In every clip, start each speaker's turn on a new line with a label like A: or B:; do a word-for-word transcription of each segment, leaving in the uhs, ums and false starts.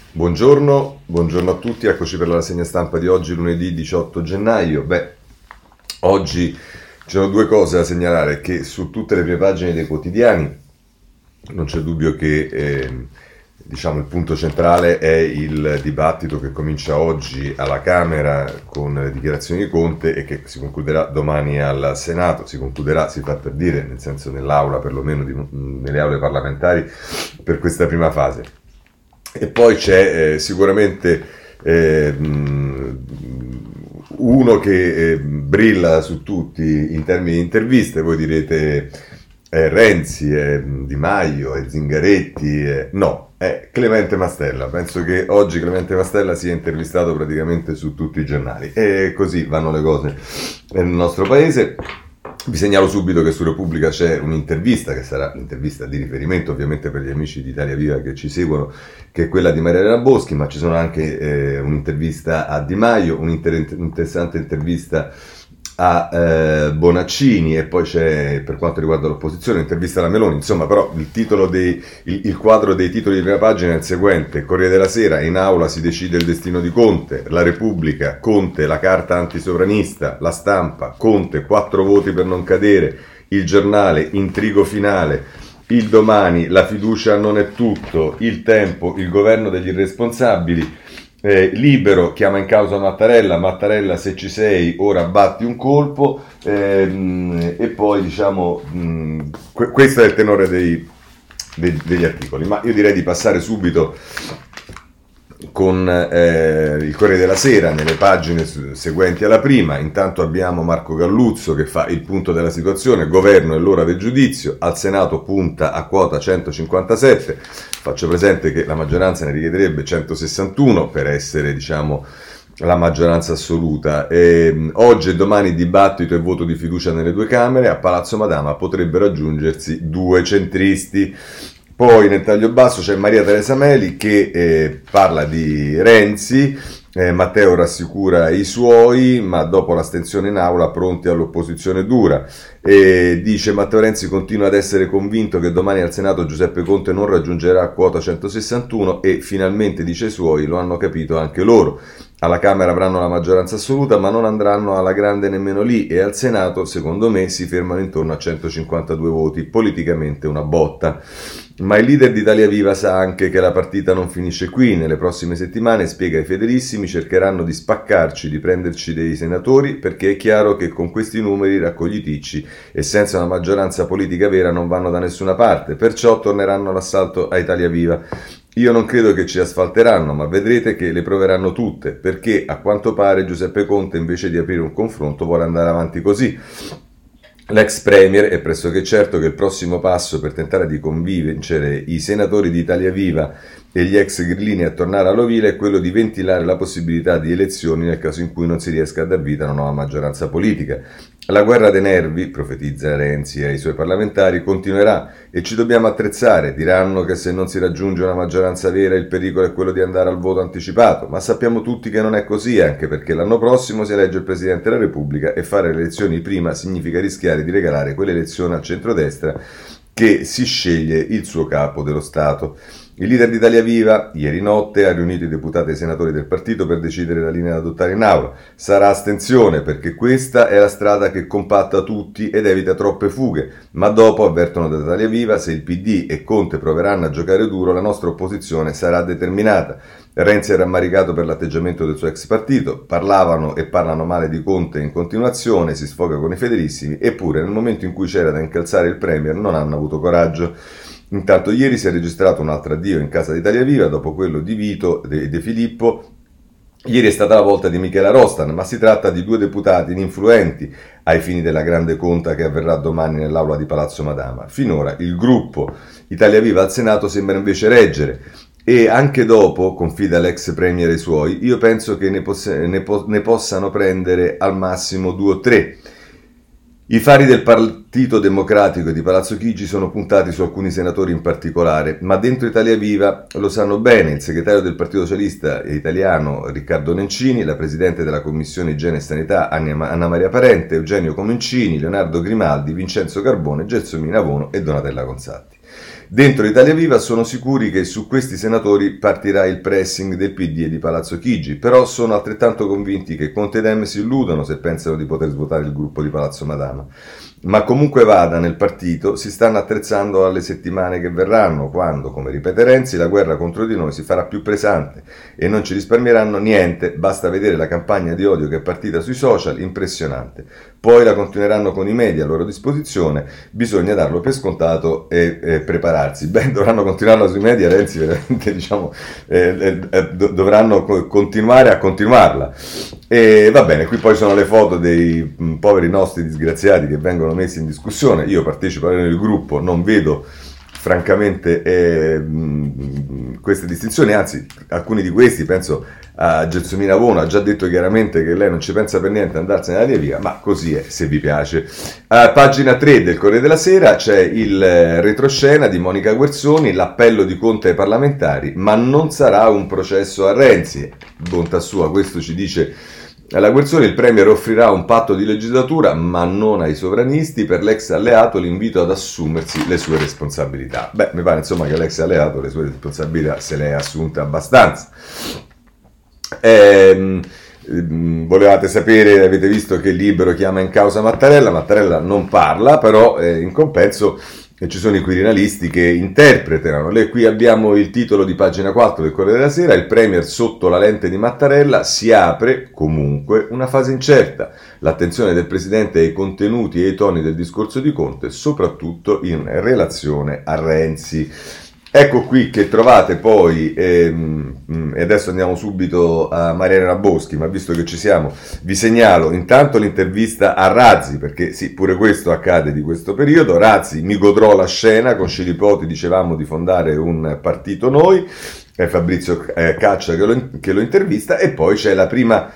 A: Buongiorno, buongiorno a tutti, eccoci per la rassegna stampa di oggi, lunedì diciotto gennaio. Beh, oggi ci sono due cose da segnalare, che su tutte le prime pagine dei quotidiani non c'è dubbio che eh, diciamo, il punto centrale è il dibattito che comincia oggi alla Camera con le dichiarazioni di Conte e che si concluderà domani al Senato. Si concluderà, si fa per dire, nel senso nell'aula, perlomeno di, nelle aule parlamentari, per questa prima fase. E poi c'è eh, sicuramente eh, uno che eh, brilla su tutti in termini di interviste. Voi direte eh, Renzi, eh, Di Maio, eh, Zingaretti, eh, no, è Clemente Mastella. Penso che oggi Clemente Mastella sia intervistato praticamente su tutti i giornali, e così vanno le cose nel nostro paese. Vi segnalo subito che su Repubblica c'è un'intervista, che sarà l'intervista di riferimento ovviamente per gli amici di Italia Viva che ci seguono, che è quella di Marianella Boschi, ma ci sono anche eh, un'intervista a Di Maio, un'interessante intervista a eh, Bonaccini, e poi c'è, per quanto riguarda l'opposizione, un'intervista alla Meloni. Insomma, però il titolo dei, il, il quadro dei titoli di prima pagina è il seguente: Corriere della Sera, in aula si decide il destino di Conte. La Repubblica, Conte, la carta antisovranista. La Stampa, Conte, quattro voti per non cadere. Il Giornale, intrigo finale. Il Domani, la fiducia non è tutto. Il Tempo, il governo degli irresponsabili. Eh, Libero, chiama in causa Mattarella. Mattarella, se ci sei ora batti un colpo. ehm, e poi diciamo mh, que- questo è il tenore dei, dei- degli articoli, ma io direi di passare subito con eh, il Corriere della Sera nelle pagine su- seguenti alla prima. Intanto abbiamo Marco Galluzzo che fa il punto della situazione: governo e l'ora del giudizio, al Senato punta a quota centocinquantasette. Faccio presente che la maggioranza ne richiederebbe centosessantuno per essere, diciamo, la maggioranza assoluta. E, oggi e domani dibattito e voto di fiducia nelle due Camere. A Palazzo Madama potrebbero aggiungersi due centristi. Poi nel taglio basso c'è Maria Teresa Meli che eh, parla di Renzi. Eh, Matteo rassicura i suoi, ma dopo l'astensione in aula pronti all'opposizione dura. E dice: Matteo Renzi continua ad essere convinto che domani al Senato Giuseppe Conte non raggiungerà quota centosessantuno, e finalmente, dice i suoi, lo hanno capito anche loro. Alla Camera avranno la maggioranza assoluta, ma non andranno alla grande nemmeno lì, e al Senato, secondo me, si fermano intorno a centocinquantadue voti. Politicamente una botta. Ma il leader di Italia Viva sa anche che la partita non finisce qui. Nelle prossime settimane, spiega ai fedelissimi, cercheranno di spaccarci, di prenderci dei senatori, perché è chiaro che con questi numeri raccogliticci e senza una maggioranza politica vera non vanno da nessuna parte. Perciò torneranno all'assalto a Italia Viva. Io non credo che ci asfalteranno, ma vedrete che le proveranno tutte, perché a quanto pare Giuseppe Conte, invece di aprire un confronto, vuole andare avanti così. L'ex premier è pressoché certo che il prossimo passo per tentare di convincere i senatori di Italia Viva e gli ex grillini a tornare all'ovile è quello di ventilare la possibilità di elezioni nel caso in cui non si riesca a dar vita a una nuova maggioranza politica. La guerra dei nervi, profetizza Renzi ai suoi parlamentari, continuerà e ci dobbiamo attrezzare. Diranno che se non si raggiunge una maggioranza vera il pericolo è quello di andare al voto anticipato, ma sappiamo tutti che non è così, anche perché l'anno prossimo si elegge il Presidente della Repubblica e fare le elezioni prima significa rischiare di regalare quell'elezione al centrodestra che si sceglie il suo capo dello Stato. Il leader di Italia Viva ieri notte ha riunito i deputati e i senatori del partito per decidere la linea da adottare in aula. Sarà astensione, perché questa è la strada che compatta tutti ed evita troppe fughe, ma dopo, avvertono da Italia Viva, se il P D e Conte proveranno a giocare duro, la nostra opposizione sarà determinata. Renzi è rammaricato per l'atteggiamento del suo ex partito, parlavano e parlano male di Conte in continuazione, si sfoga con i fedelissimi, eppure nel momento in cui c'era da incalzare il Premier non hanno avuto coraggio. Intanto ieri si è registrato un altro addio in casa di Italia Viva, dopo quello di Vito e De Filippo. Ieri è stata la volta di Michela Rostan, ma si tratta di due deputati ininfluenti ai fini della grande conta che avverrà domani nell'aula di Palazzo Madama. Finora il gruppo Italia Viva al Senato sembra invece reggere. E anche dopo, confida l'ex premier ai suoi, io penso che ne, poss- ne, po- ne possano prendere al massimo due o tre. I fari del Partito Democratico e di Palazzo Chigi sono puntati su alcuni senatori in particolare, ma dentro Italia Viva lo sanno bene il segretario del Partito Socialista Italiano Riccardo Nencini, la presidente della Commissione Igiene e Sanità Anna Maria Parente, Eugenio Comencini, Leonardo Grimaldi, Vincenzo Carbone, Gelsomina Avono e Donatella Consatti. Dentro Italia Viva sono sicuri che su questi senatori partirà il pressing del P D e di Palazzo Chigi, però sono altrettanto convinti che Conte e Dem si illudono se pensano di poter svuotare il gruppo di Palazzo Madama. Ma comunque vada, nel partito si stanno attrezzando alle settimane che verranno, quando, come ripete Renzi, la guerra contro di noi si farà più pesante e non ci risparmieranno niente, basta vedere la campagna di odio che è partita sui social, impressionante. Poi la continueranno con i media a loro disposizione, bisogna darlo per scontato e, e prepararsi. Beh, dovranno continuarla sui media, Renzi veramente diciamo eh, eh, dovranno co- continuare a continuarla. E va bene, qui poi sono le foto dei mh, poveri nostri disgraziati che vengono messi in discussione. Io partecipo nel gruppo, non vedo francamente eh, mh, queste distinzioni, anzi alcuni di questi, penso a Gelsomina Vono, ha già detto chiaramente che lei non ci pensa per niente andarsene alla via, ma così è, se vi piace. A pagina tre del Corriere della Sera c'è il eh, retroscena di Monica Guerzoni, l'appello di Conte ai parlamentari, ma non sarà un processo a Renzi. Bontà sua, questo ci dice alla Guerzoni, il Premier offrirà un patto di legislatura, ma non ai sovranisti. Per l'ex alleato l'invito ad assumersi le sue responsabilità. Beh, mi pare insomma che l'ex alleato le sue responsabilità se le ha assunte abbastanza. Ehm, volevate sapere, avete visto che Libero chiama in causa Mattarella. Mattarella non parla, però eh, in compenso e ci sono i quirinalisti che interpretano. E qui abbiamo il titolo di pagina quattro del Corriere della Sera: il Premier sotto la lente di Mattarella, si apre comunque una fase incerta. L'attenzione del Presidente ai contenuti e ai toni del discorso di Conte, soprattutto in relazione a Renzi. Ecco qui che trovate poi, ehm, e adesso andiamo subito a Mariana Boschi, ma visto che ci siamo, vi segnalo intanto l'intervista a Razzi, perché sì, pure questo accade di questo periodo. Razzi, mi godrò la scena, con Scilipoti dicevamo di fondare un partito noi, è Fabrizio eh, Caccia che lo, che lo intervista, e poi c'è la prima,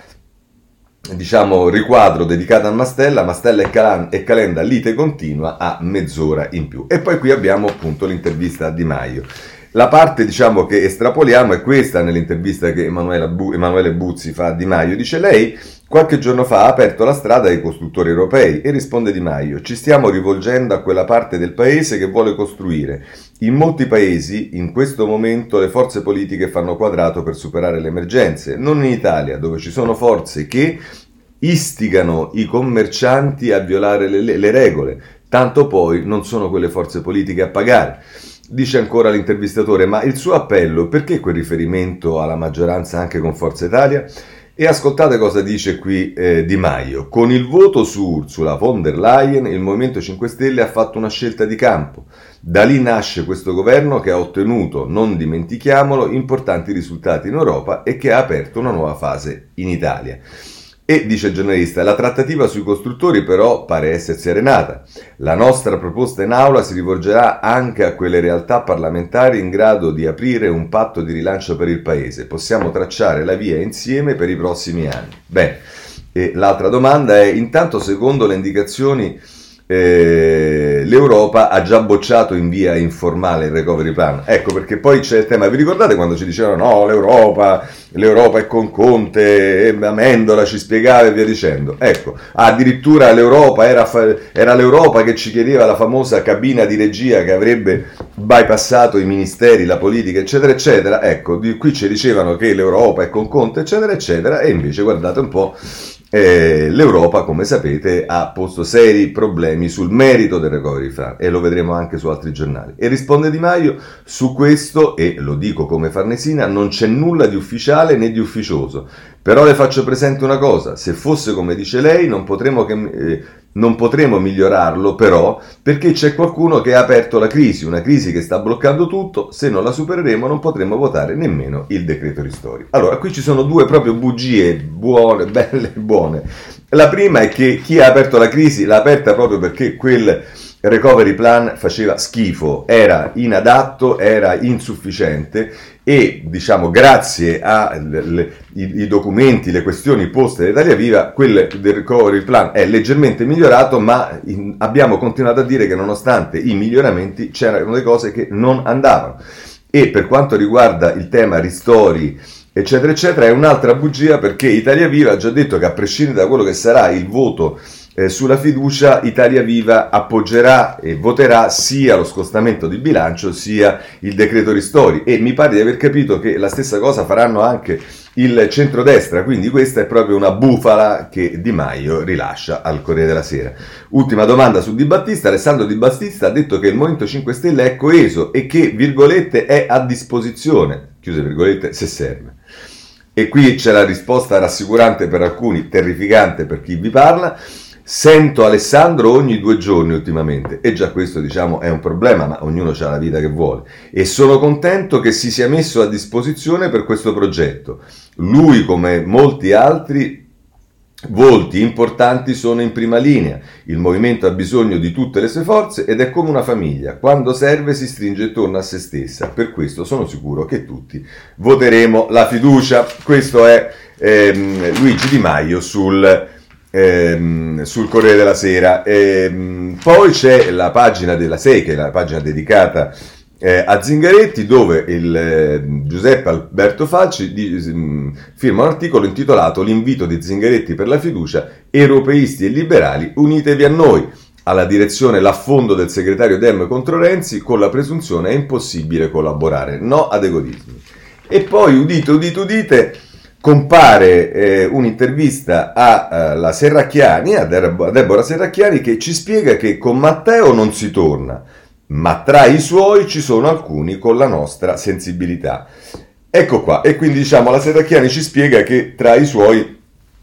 A: diciamo, riquadro dedicato a Mastella, Mastella e, Calan- e Calenda, lite continua a mezz'ora in più. E poi qui abbiamo appunto l'intervista a Di Maio. La parte, diciamo, che estrapoliamo è questa nell'intervista che Emanuele, Bu- Emanuele Buzzi fa a Di Maio. Dice: lei qualche giorno fa ha aperto la strada ai costruttori europei, e risponde Di Maio: ci stiamo rivolgendo a quella parte del paese che vuole costruire. In molti paesi in questo momento le forze politiche fanno quadrato per superare le emergenze, non in Italia, dove ci sono forze che istigano i commercianti a violare le, le regole, tanto poi non sono quelle forze politiche a pagare. Dice ancora l'intervistatore: ma il suo appello, perché quel riferimento alla maggioranza anche con Forza Italia? E ascoltate cosa dice qui eh, Di Maio: con il voto su Ursula von der Leyen il Movimento cinque Stelle ha fatto una scelta di campo. Da lì nasce questo governo che ha ottenuto, non dimentichiamolo, importanti risultati in Europa e che ha aperto una nuova fase in Italia. E dice il giornalista: la trattativa sui costruttori però pare essersi arenata. La nostra proposta in aula si rivolgerà anche a quelle realtà parlamentari in grado di aprire un patto di rilancio per il paese. Possiamo tracciare la via insieme per i prossimi anni. Bene, e l'altra domanda è: intanto, secondo le indicazioni, eh, l'Europa ha già bocciato in via informale il recovery plan. Ecco perché poi c'è il tema. Vi ricordate quando ci dicevano no, l'Europa l'Europa è con Conte, e Amendola ci spiegava e via dicendo? Ecco, addirittura l'Europa era, fa- era l'Europa che ci chiedeva la famosa cabina di regia che avrebbe bypassato i ministeri, la politica, eccetera eccetera. Ecco, di qui ci dicevano che l'Europa è con Conte, eccetera eccetera, e invece guardate un po', Eh, l'Europa, come sapete, ha posto seri problemi sul merito del recovery fund, e lo vedremo anche su altri giornali. E risponde Di Maio: su questo, e lo dico come Farnesina, non c'è nulla di ufficiale né di ufficioso, però le faccio presente una cosa: se fosse come dice lei non potremo, che, eh, non potremo migliorarlo, però, perché c'è qualcuno che ha aperto la crisi, una crisi che sta bloccando tutto. Se non la supereremo non potremo votare nemmeno il decreto ristori. Allora, qui ci sono due proprio bugie buone, belle e buone. La prima è che chi ha aperto la crisi l'ha aperta proprio perché quel recovery plan faceva schifo, era inadatto, era insufficiente, e diciamo grazie ai documenti, le questioni poste da Italia Viva, quel del recovery plan è leggermente migliorato, ma in, abbiamo continuato a dire che nonostante i miglioramenti c'erano delle cose che non andavano. E per quanto riguarda il tema ristori, eccetera eccetera, è un'altra bugia, perché Italia Viva ha già detto che a prescindere da quello che sarà il voto Eh, sulla fiducia Italia Viva appoggerà e voterà sia lo scostamento di bilancio sia il decreto ristori, e mi pare di aver capito che la stessa cosa faranno anche il centrodestra, quindi questa è proprio una bufala che Di Maio rilascia al Corriere della Sera. Ultima domanda su Di Battista. Alessandro Di Battista ha detto che il Movimento cinque Stelle è coeso e che, virgolette, è a disposizione, chiuse virgolette, se serve. E qui c'è la risposta rassicurante per alcuni, terrificante per chi vi parla. Sento Alessandro ogni due giorni ultimamente, e già questo, diciamo, è un problema, ma ognuno ha la vita che vuole, e sono contento che si sia messo a disposizione per questo progetto. Lui, come molti altri volti importanti, sono in prima linea. Il movimento ha bisogno di tutte le sue forze ed è come una famiglia, quando serve si stringe intorno a se stessa. Per questo sono sicuro che tutti voteremo la fiducia. Questo è ehm, Luigi Di Maio sul Ehm, sul Corriere della Sera. Ehm, poi c'è la pagina della sei, che è la pagina dedicata eh, a Zingaretti, dove il eh, Giuseppe Alberto Falci di, mh, firma un articolo intitolato "L'invito di Zingaretti per la fiducia, europeisti e liberali, unitevi a noi". Alla direzione l'affondo del segretario Dem contro Renzi, con la presunzione è impossibile collaborare, no ad egoismi. E poi, udite, udite, udite, compare eh, un'intervista alla eh, Serracchiani, a Deborah Serracchiani, che ci spiega che con Matteo non si torna, ma tra i suoi ci sono alcuni con la nostra sensibilità. Ecco qua, e quindi diciamo la Serracchiani ci spiega che tra i suoi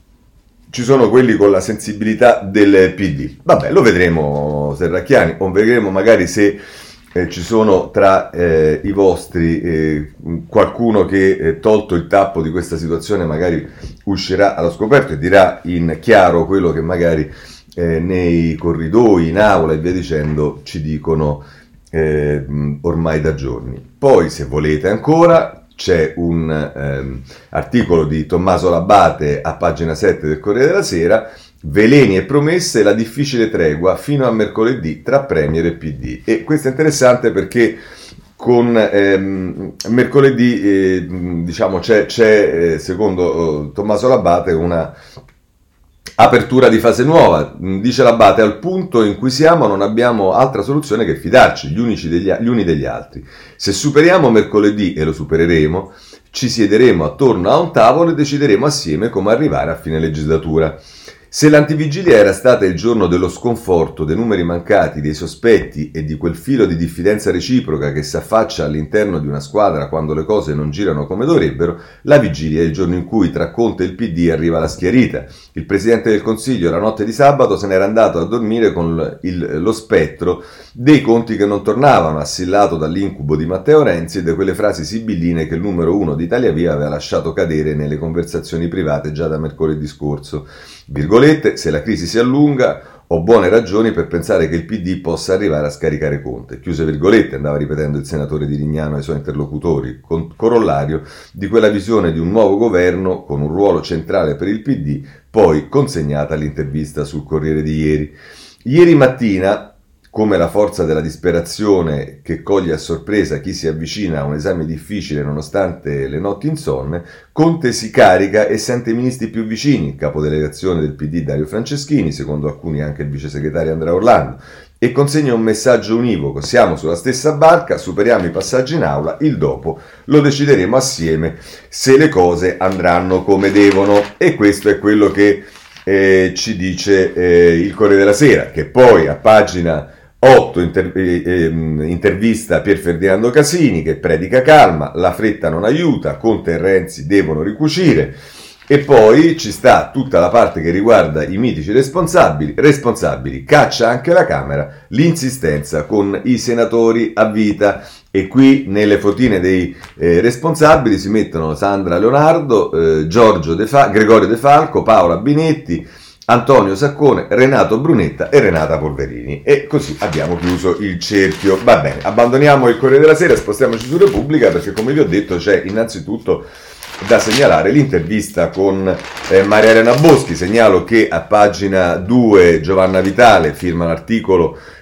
A: ci sono quelli con la sensibilità del P D. Vabbè, lo vedremo Serracchiani, o vedremo magari se Eh, ci sono tra eh, i vostri eh, qualcuno che, eh, tolto il tappo di questa situazione, magari uscirà allo scoperto e dirà in chiaro quello che magari eh, nei corridoi, in aula e via dicendo ci dicono eh, ormai da giorni. Poi, se volete ancora, c'è un ehm, articolo di Tommaso Labate a pagina sette del Corriere della Sera: veleni e promesse, la difficile tregua fino a mercoledì tra Premier e P D. E questo è interessante perché con ehm, mercoledì eh, diciamo c'è, c'è eh, secondo eh, Tommaso Labate una apertura di fase nuova. Dice Labate: al punto in cui siamo non abbiamo altra soluzione che fidarci gli, unici degli, gli uni degli altri. Se superiamo mercoledì, e lo supereremo, ci siederemo attorno a un tavolo e decideremo assieme come arrivare a fine legislatura. Se l'antivigilia era stata il giorno dello sconforto, dei numeri mancati, dei sospetti e di quel filo di diffidenza reciproca che si affaccia all'interno di una squadra quando le cose non girano come dovrebbero, la vigilia è il giorno in cui tra Conte e il P D arriva la schiarita. Il Presidente del Consiglio la notte di sabato se n'era andato a dormire con il, lo spettro dei conti che non tornavano, assillato dall'incubo di Matteo Renzi e da quelle frasi sibilline che il numero uno di Italia Viva aveva lasciato cadere nelle conversazioni private già da mercoledì scorso. Virgolette: se la crisi si allunga, ho buone ragioni per pensare che il P D possa arrivare a scaricare Conte. Chiuse virgolette, andava ripetendo il senatore di Lignano ai suoi interlocutori, con corollario di quella visione di un nuovo governo con un ruolo centrale per il P D, poi consegnata all'intervista sul Corriere di ieri. Ieri mattina, come la forza della disperazione che coglie a sorpresa chi si avvicina a un esame difficile nonostante le notti insonne, Conte si carica e sente i ministri più vicini, il capodelegazione del P D Dario Franceschini, secondo alcuni anche il vice segretario Andrea Orlando, e consegna un messaggio univoco: siamo sulla stessa barca, superiamo i passaggi in aula, il dopo lo decideremo assieme se le cose andranno come devono. E questo è quello che eh, ci dice eh, il Corriere della Sera, che poi a pagina otto inter- eh, intervista Pier Ferdinando Casini, che predica calma, la fretta non aiuta, Conte e Renzi devono ricucire. E poi ci sta tutta la parte che riguarda i mitici responsabili, responsabili, caccia anche la Camera, l'insistenza con i senatori a vita. E qui nelle fotine dei eh, responsabili si mettono Sandra Leonardo, eh, Giorgio De Fa- Gregorio De Falco, Paola Binetti, Antonio Saccone, Renato Brunetta e Renata Polverini. E così abbiamo chiuso il cerchio. Va bene, abbandoniamo il Corriere della Sera, spostiamoci su Repubblica, perché come vi ho detto c'è innanzitutto da segnalare l'intervista con eh, Maria Elena Boschi. Segnalo che a pagina due Giovanna Vitale firma l'articolo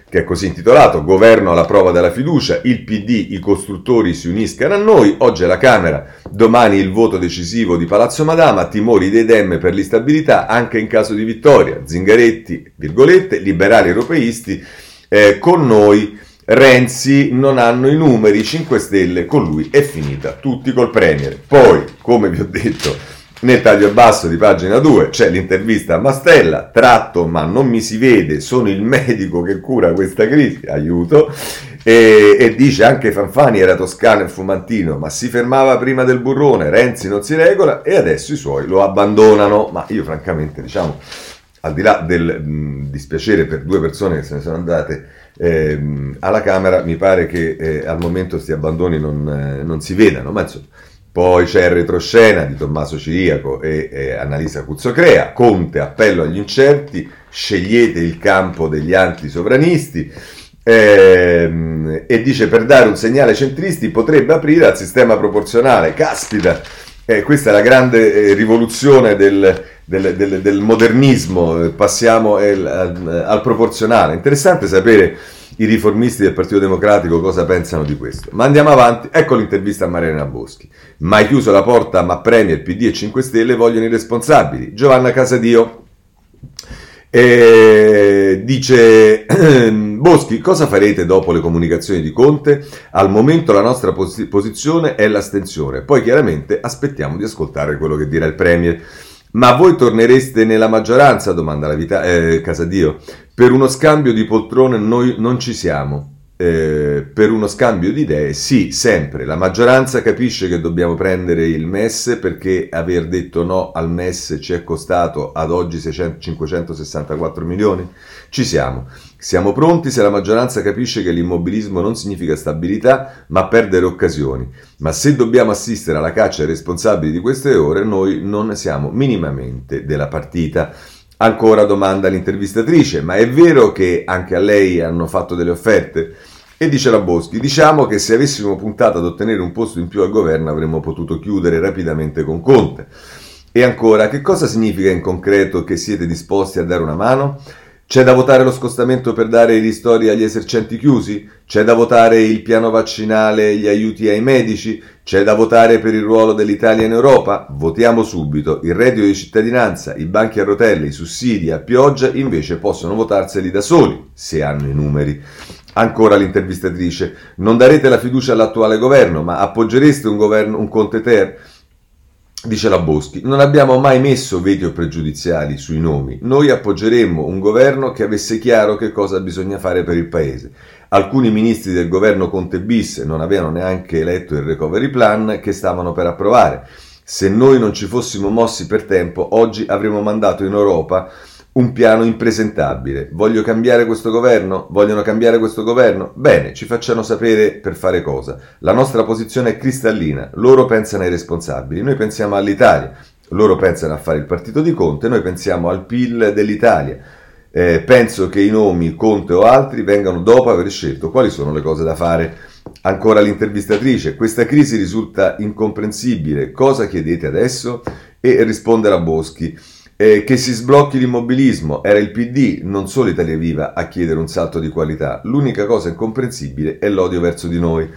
A: che è così intitolato, governo alla prova della fiducia, il P D, i costruttori si uniscano a noi, oggi è la Camera, domani il voto decisivo di Palazzo Madama, timori dei Dem per l'instabilità anche in caso di vittoria, Zingaretti, virgolette, liberali europeisti, eh, con noi Renzi non hanno i numeri, cinque Stelle con lui è finita, tutti col Premier. Poi, come vi ho detto, nel taglio basso di pagina due c'è l'intervista a Mastella, tratto ma non mi si vede, sono il medico che cura questa crisi, aiuto, e, e dice anche Fanfani era toscano e fumantino, ma si fermava prima del burrone, Renzi non si regola e adesso i suoi lo abbandonano, ma io francamente diciamo, al di là del mh, dispiacere per due persone che se ne sono andate eh, alla Camera, mi pare che eh, al momento questi abbandoni non, eh, non si vedano, ma insomma. Poi c'è il retroscena di Tommaso Ciriaco e, e Annalisa Cuzzocrea, Conte, appello agli incerti, scegliete il campo degli antisovranisti, ehm, e dice per dare un segnale ai centristi potrebbe aprire al sistema proporzionale, caspita, eh, questa è la grande eh, rivoluzione del, del, del, del modernismo, passiamo eh, al, al proporzionale, interessante sapere i riformisti del Partito Democratico cosa pensano di questo. Ma andiamo avanti, ecco l'intervista a Mariana Boschi. Mai chiuso la porta, ma Premier, P D e cinque Stelle vogliono i responsabili. Giovanna Casadio e dice Boschi, cosa farete dopo le comunicazioni di Conte? Al momento la nostra pos- posizione è l'astensione, poi chiaramente aspettiamo di ascoltare quello che dirà il Premier. Ma voi tornereste nella maggioranza? Domanda la vita, eh, Casadio. Per uno scambio di poltrone noi non ci siamo. Eh, per uno scambio di idee sì, sempre. La maggioranza capisce che dobbiamo prendere il M E S perché aver detto no al M E S ci è costato ad oggi seicento, cinquecentosessantaquattro milioni. Ci siamo. Siamo pronti se la maggioranza capisce che l'immobilismo non significa stabilità, ma perdere occasioni. Ma se dobbiamo assistere alla caccia ai responsabili di queste ore, noi non siamo minimamente della partita. Ancora domanda l'intervistatrice, ma è vero che anche a lei hanno fatto delle offerte? E dice la Boschi, diciamo che se avessimo puntato ad ottenere un posto in più al governo avremmo potuto chiudere rapidamente con Conte. E ancora, che cosa significa in concreto che siete disposti a dare una mano? C'è da votare lo scostamento per dare i ristori agli esercenti chiusi? C'è da votare il piano vaccinale e gli aiuti ai medici? C'è da votare per il ruolo dell'Italia in Europa? Votiamo subito. Il reddito di cittadinanza, i banchi a rotelle, i sussidi a pioggia invece possono votarseli da soli, se hanno i numeri. Ancora l'intervistatrice. Non darete la fiducia all'attuale governo, ma appoggereste un governo, un Conte Ter? Dice la Boschi, non abbiamo mai messo veti o pregiudiziali sui nomi, noi appoggeremmo un governo che avesse chiaro che cosa bisogna fare per il paese. Alcuni ministri del governo Conte bis non avevano neanche letto il recovery plan che stavano per approvare. Se noi non ci fossimo mossi per tempo, oggi avremmo mandato in Europa un piano impresentabile. Voglio cambiare questo governo? Vogliono cambiare questo governo? Bene, ci facciano sapere per fare cosa. La nostra posizione è cristallina. Loro pensano ai responsabili, noi pensiamo all'Italia. Loro pensano a fare il partito di Conte, noi pensiamo al P I L dell'Italia. Eh, penso che i nomi Conte o altri vengano dopo aver scelto quali sono le cose da fare. Ancora l'intervistatrice, questa crisi risulta incomprensibile. Cosa chiedete adesso? E risponde la Boschi. Eh, che si sblocchi l'immobilismo, era il P D, non solo Italia Viva, a chiedere un salto di qualità. L'unica cosa incomprensibile è l'odio verso di noi.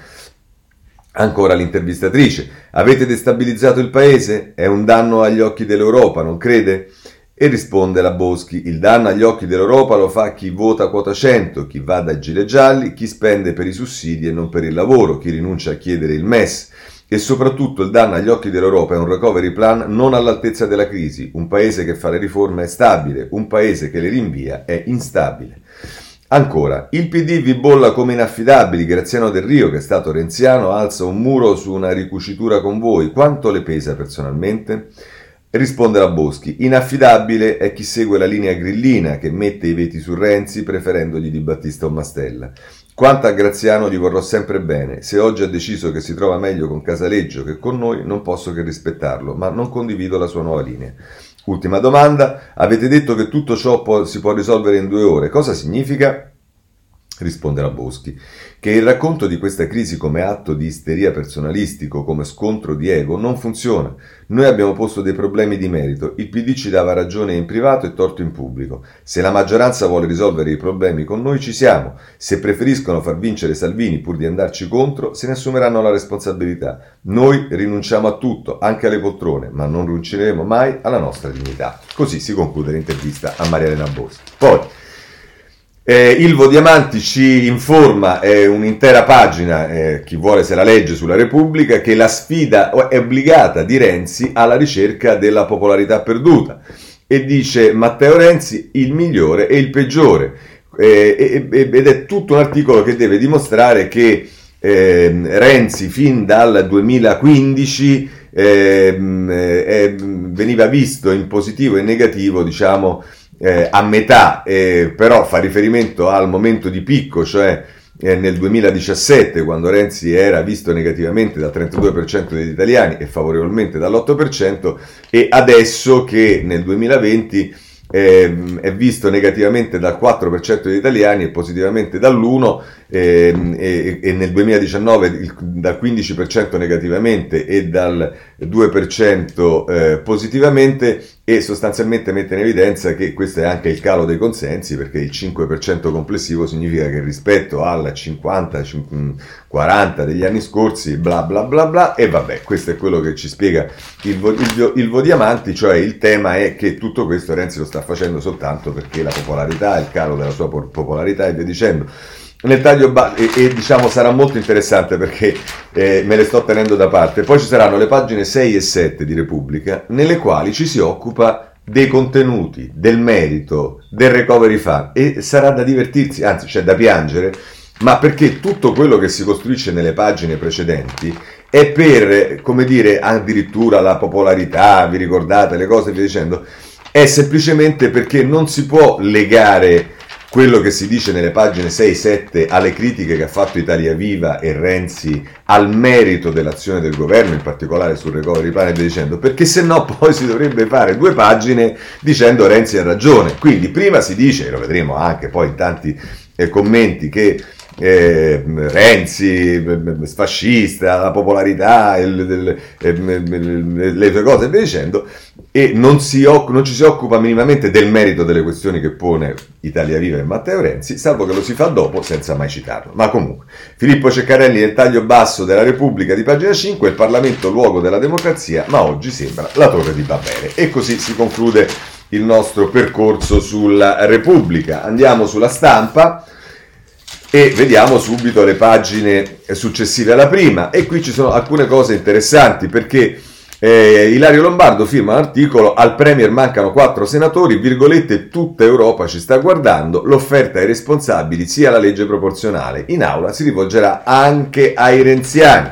A: Ancora l'intervistatrice, avete destabilizzato il paese? È un danno agli occhi dell'Europa, non crede? E risponde la Boschi, il danno agli occhi dell'Europa lo fa chi vota quota cento, chi va dai gilet gialli, chi spende per i sussidi e non per il lavoro, chi rinuncia a chiedere il M E S. E soprattutto il danno agli occhi dell'Europa è un recovery plan non all'altezza della crisi. Un paese che fa le riforme è stabile, un paese che le rinvia è instabile. Ancora, il P D vi bolla come inaffidabili, Graziano Del Rio, che è stato renziano, alza un muro su una ricucitura con voi. Quanto le pesa personalmente? Risponde la Boschi, inaffidabile è chi segue la linea grillina, che mette i veti su Renzi preferendogli Di Battista o Mastella. Quanto a Graziano gli vorrò sempre bene, se oggi ha deciso che si trova meglio con Casaleggio che con noi non posso che rispettarlo, ma non condivido la sua nuova linea. Ultima domanda, avete detto che tutto ciò può, si può risolvere in due ore, cosa significa? risponde la Boschi, che il racconto di questa crisi come atto di isteria personalistico, come scontro di ego, non funziona. Noi abbiamo posto dei problemi di merito, il P D ci dava ragione in privato e torto in pubblico. Se la maggioranza vuole risolvere i problemi con noi ci siamo, se preferiscono far vincere Salvini pur di andarci contro, se ne assumeranno la responsabilità. Noi rinunciamo a tutto, anche alle poltrone, ma non rinunceremo mai alla nostra dignità. Così si conclude l'intervista a Maria Elena Boschi. Poi, Eh, Ilvo Diamanti ci informa, è un'intera pagina, eh, chi vuole se la legge, sulla Repubblica, che la sfida è obbligata di Renzi alla ricerca della popolarità perduta e dice Matteo Renzi il migliore e il peggiore, eh, ed è tutto un articolo che deve dimostrare che eh, Renzi fin dal duemilaquindici eh, eh, veniva visto in positivo e negativo, diciamo, Eh, a metà, eh, però fa riferimento al momento di picco, cioè eh, nel duemiladiciassette, quando Renzi era visto negativamente dal trentadue per cento degli italiani e favorevolmente dall'otto per cento, e adesso che nel duemilaventi eh, è visto negativamente dal quattro per cento degli italiani e positivamente dall'uno per cento, eh, e, e nel duemiladiciannove il, dal quindici per cento negativamente e dal due per cento eh, positivamente, e sostanzialmente mette in evidenza che questo è anche il calo dei consensi, perché il cinque per cento complessivo significa che rispetto al cinquanta quaranta degli anni scorsi bla bla bla bla, e vabbè, questo è quello che ci spiega il, il, il Vodiamanti, cioè il tema è che tutto questo Renzi lo sta facendo soltanto perché la popolarità, il calo della sua popolarità e via dicendo. Nel taglio ba- e, e diciamo sarà molto interessante perché eh, me le sto tenendo da parte. Poi ci saranno le pagine sei e sette di Repubblica, nelle quali ci si occupa dei contenuti, del merito, del recovery fund, e sarà da divertirsi, anzi c'è da piangere, ma perché tutto quello che si costruisce nelle pagine precedenti è per, come dire, addirittura la popolarità, vi ricordate le cose, via dicendo, è semplicemente perché non si può legare quello che si dice nelle pagine sei sette alle critiche che ha fatto Italia Viva e Renzi al merito dell'azione del governo, in particolare sul recovery plan e via dicendo, perché se no poi si dovrebbe fare due pagine dicendo Renzi ha ragione. Quindi prima si dice, e lo vedremo anche poi in tanti eh, commenti, che Eh, Renzi fascista, la popolarità, il, il, il, le sue cose e via dicendo, e non, si, non ci si occupa minimamente del merito delle questioni che pone Italia Viva e Matteo Renzi, salvo che lo si fa dopo senza mai citarlo. Ma comunque, Filippo Ceccarelli nel taglio basso della Repubblica di pagina cinque, il Parlamento luogo della democrazia, ma oggi sembra la Torre di Babele. E così si conclude il nostro percorso sulla Repubblica. Andiamo sulla Stampa e vediamo subito le pagine successive alla prima, e qui ci sono alcune cose interessanti, perché eh, Ilario Lombardo firma un articolo: al Premier mancano quattro senatori, virgolette, tutta Europa ci sta guardando, l'offerta ai responsabili sia la legge proporzionale, in aula si rivolgerà anche ai renziani.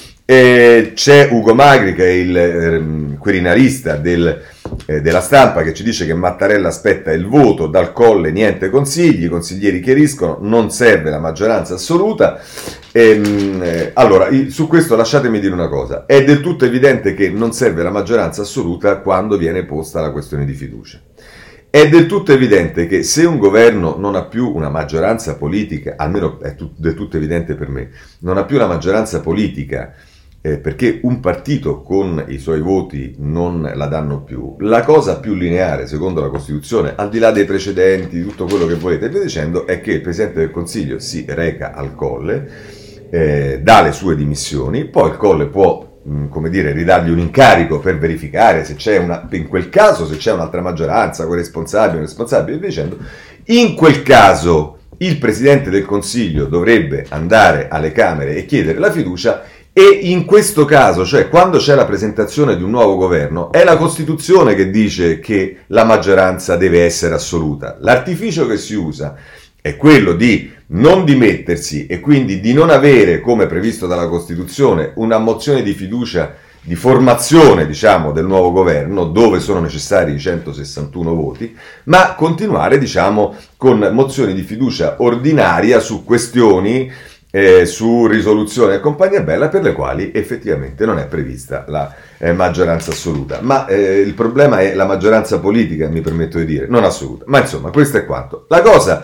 A: Eh, c'è Ugo Magri, che è il eh, quirinalista del, eh, della Stampa, che ci dice che Mattarella aspetta il voto, dal Colle niente consigli, i consiglieri chiariscono, non serve la maggioranza assoluta. Ehm, eh, allora, su questo lasciatemi dire una cosa: è del tutto evidente che non serve la maggioranza assoluta quando viene posta la questione di fiducia. È del tutto evidente che se un governo non ha più una maggioranza politica, almeno è tut- del tutto evidente per me, non ha più la maggioranza politica, Eh, perché un partito con i suoi voti non la danno più, la cosa più lineare secondo la Costituzione, al di là dei precedenti, di tutto quello che volete e via dicendo, è che il Presidente del Consiglio si reca al Colle, eh, dà le sue dimissioni, poi il Colle può, mh, come dire, ridargli un incarico per verificare se c'è una, in quel caso se c'è un'altra maggioranza, quei responsabili, un responsabile e via dicendo. In quel caso il Presidente del Consiglio dovrebbe andare alle Camere e chiedere la fiducia. E in questo caso, cioè quando c'è la presentazione di un nuovo governo, è la Costituzione che dice che la maggioranza deve essere assoluta. L'artificio che si usa è quello di non dimettersi e quindi di non avere, come previsto dalla Costituzione, una mozione di fiducia di formazione, diciamo, del nuovo governo, dove sono necessari i centosessantuno voti, ma continuare, diciamo, con mozioni di fiducia ordinaria su questioni, Eh, su risoluzione e compagnia bella, per le quali effettivamente non è prevista la eh, maggioranza assoluta. Ma eh, il problema è la maggioranza politica, mi permetto di dire, non assoluta. Ma insomma, questo è quanto. La cosa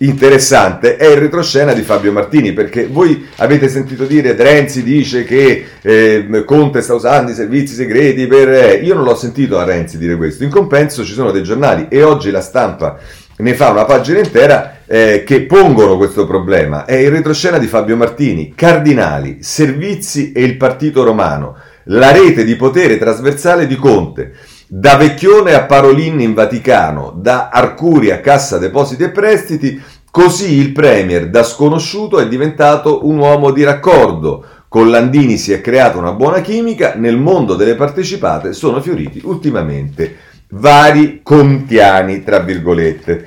A: interessante è il retroscena di Fabio Martini, perché voi avete sentito dire Renzi dice che eh, Conte sta usando i servizi segreti per... Eh, io non l'ho sentito a Renzi dire questo, in compenso ci sono dei giornali e oggi La Stampa ne fa una pagina intera eh, che pongono questo problema. È il retroscena di Fabio Martini, Cardinali, Servizi e il Partito Romano, la rete di potere trasversale di Conte. Da Vecchione a Parolin in Vaticano, da Arcuri a Cassa Depositi e Prestiti, così il Premier da sconosciuto è diventato un uomo di raccordo. Con Landini si è creata una buona chimica, nel mondo delle partecipate sono fioriti ultimamente vari contiani, tra virgolette.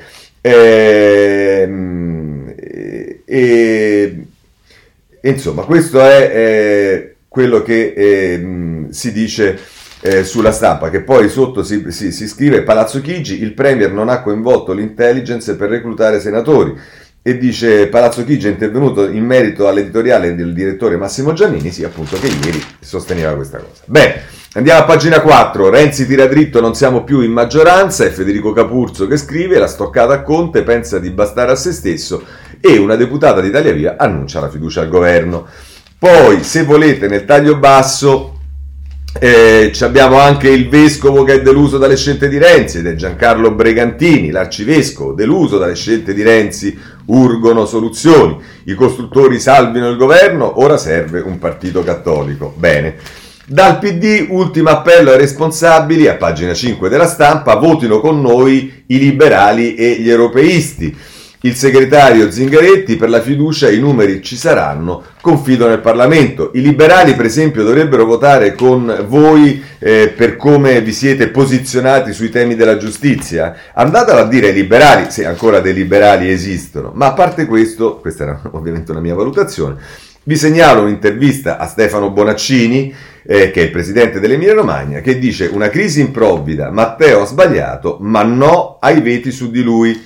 A: E, e, e, insomma, questo è eh, quello che eh, si dice Eh, sulla Stampa, che poi sotto si, si, si scrive: Palazzo Chigi, il Premier non ha coinvolto l'intelligence per reclutare senatori, e dice Palazzo Chigi è intervenuto in merito all'editoriale del direttore Massimo Giannini, sì, appunto, che ieri sosteneva questa cosa. Bene, andiamo a pagina quattro. Renzi tira dritto, non siamo più in maggioranza, è Federico Capurzo che scrive: la stoccata a Conte, pensa di bastare a se stesso, e una deputata di Italia Viva annuncia la fiducia al governo. Poi, se volete, nel taglio basso Eh, abbiamo anche il vescovo che è deluso dalle scelte di Renzi, ed è Giancarlo Bregantini, l'arcivescovo deluso dalle scelte di Renzi, urgono soluzioni, i costruttori salvino il governo, ora serve un partito cattolico. Bene. Dal P D, ultimo appello ai responsabili, a pagina cinque della Stampa: votino con noi i liberali e gli europeisti. Il segretario Zingaretti: per la fiducia i numeri ci saranno, confido nel Parlamento. I liberali, per esempio, dovrebbero votare con voi eh, per come vi siete posizionati sui temi della giustizia. Andatelo a dire ai liberali, se ancora dei liberali esistono. Ma a parte questo, questa era ovviamente una mia valutazione, vi segnalo un'intervista a Stefano Bonaccini, eh, che è il presidente dell'Emilia Romagna, che dice: una crisi improvvida, Matteo ha sbagliato, ma no ai veti su di lui.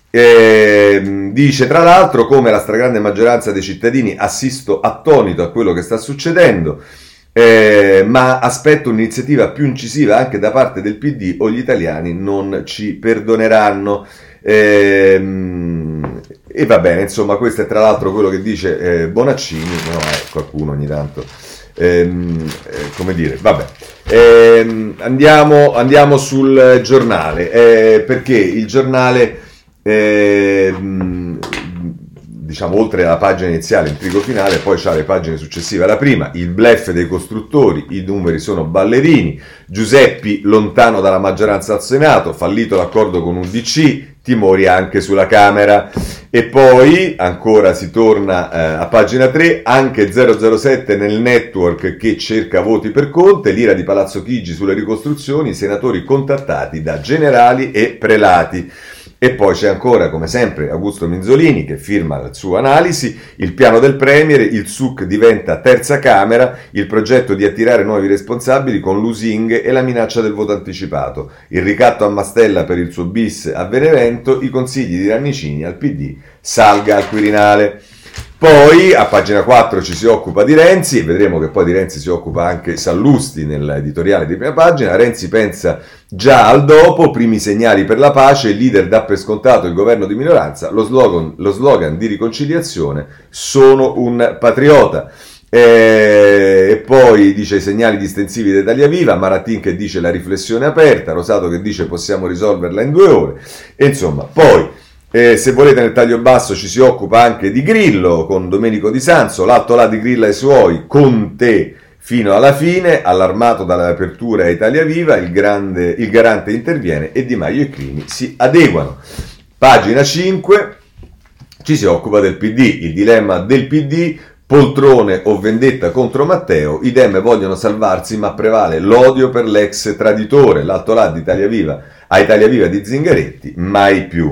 A: Eh, dice tra l'altro: come la stragrande maggioranza dei cittadini assisto attonito a quello che sta succedendo, eh, ma aspetto un'iniziativa più incisiva anche da parte del P D o gli italiani non ci perdoneranno. Eh, e va bene, insomma, questo è tra l'altro quello che dice eh, Bonaccini. No, eh, qualcuno ogni tanto ehm, eh, come dire, vabbè. Eh, andiamo, andiamo sul giornale, eh, perché il giornale Eh, diciamo, oltre alla pagina iniziale, intrigo finale, poi c'ha le pagine successive alla prima: il bluff dei costruttori, i numeri sono ballerini, Giuseppi lontano dalla maggioranza al Senato, fallito l'accordo con U D C, timori anche sulla Camera. E poi ancora si torna eh, a pagina tre: anche zero zero sette nel network che cerca voti per Conte, l'ira di Palazzo Chigi sulle ricostruzioni, i senatori contattati da generali e prelati. E poi c'è ancora, come sempre, Augusto Minzolini che firma la sua analisi: il piano del Premier, il S U C diventa terza Camera, il progetto di attirare nuovi responsabili con lusinghe e la minaccia del voto anticipato, il ricatto a Mastella per il suo bis a Benevento, i consigli di Rannicini al P D, salga al Quirinale. Poi a pagina quattro ci si occupa di Renzi, e vedremo che poi di Renzi si occupa anche Sallusti nell'editoriale di prima pagina. Renzi pensa già al dopo, primi segnali per la pace, il leader dà per scontato il governo di minoranza, lo slogan, lo slogan di riconciliazione: sono un patriota. E, e poi dice i segnali distensivi di Italia Viva, Marattin che dice la riflessione aperta, Rosato che dice possiamo risolverla in due ore, e insomma poi Eh, se volete nel taglio basso ci si occupa anche di Grillo con Domenico Di Sanzo, l'alto là di Grillo ai suoi, con te fino alla fine, allarmato dall'apertura a Italia Viva, il, grande, il garante interviene e Di Maio e Crimi si adeguano. Pagina cinque ci si occupa del P D, il dilemma del P D: poltrone o vendetta contro Matteo, i Dem vogliono salvarsi ma prevale l'odio per l'ex traditore, l'alto là di Italia Viva a Italia Viva di Zingaretti, mai più.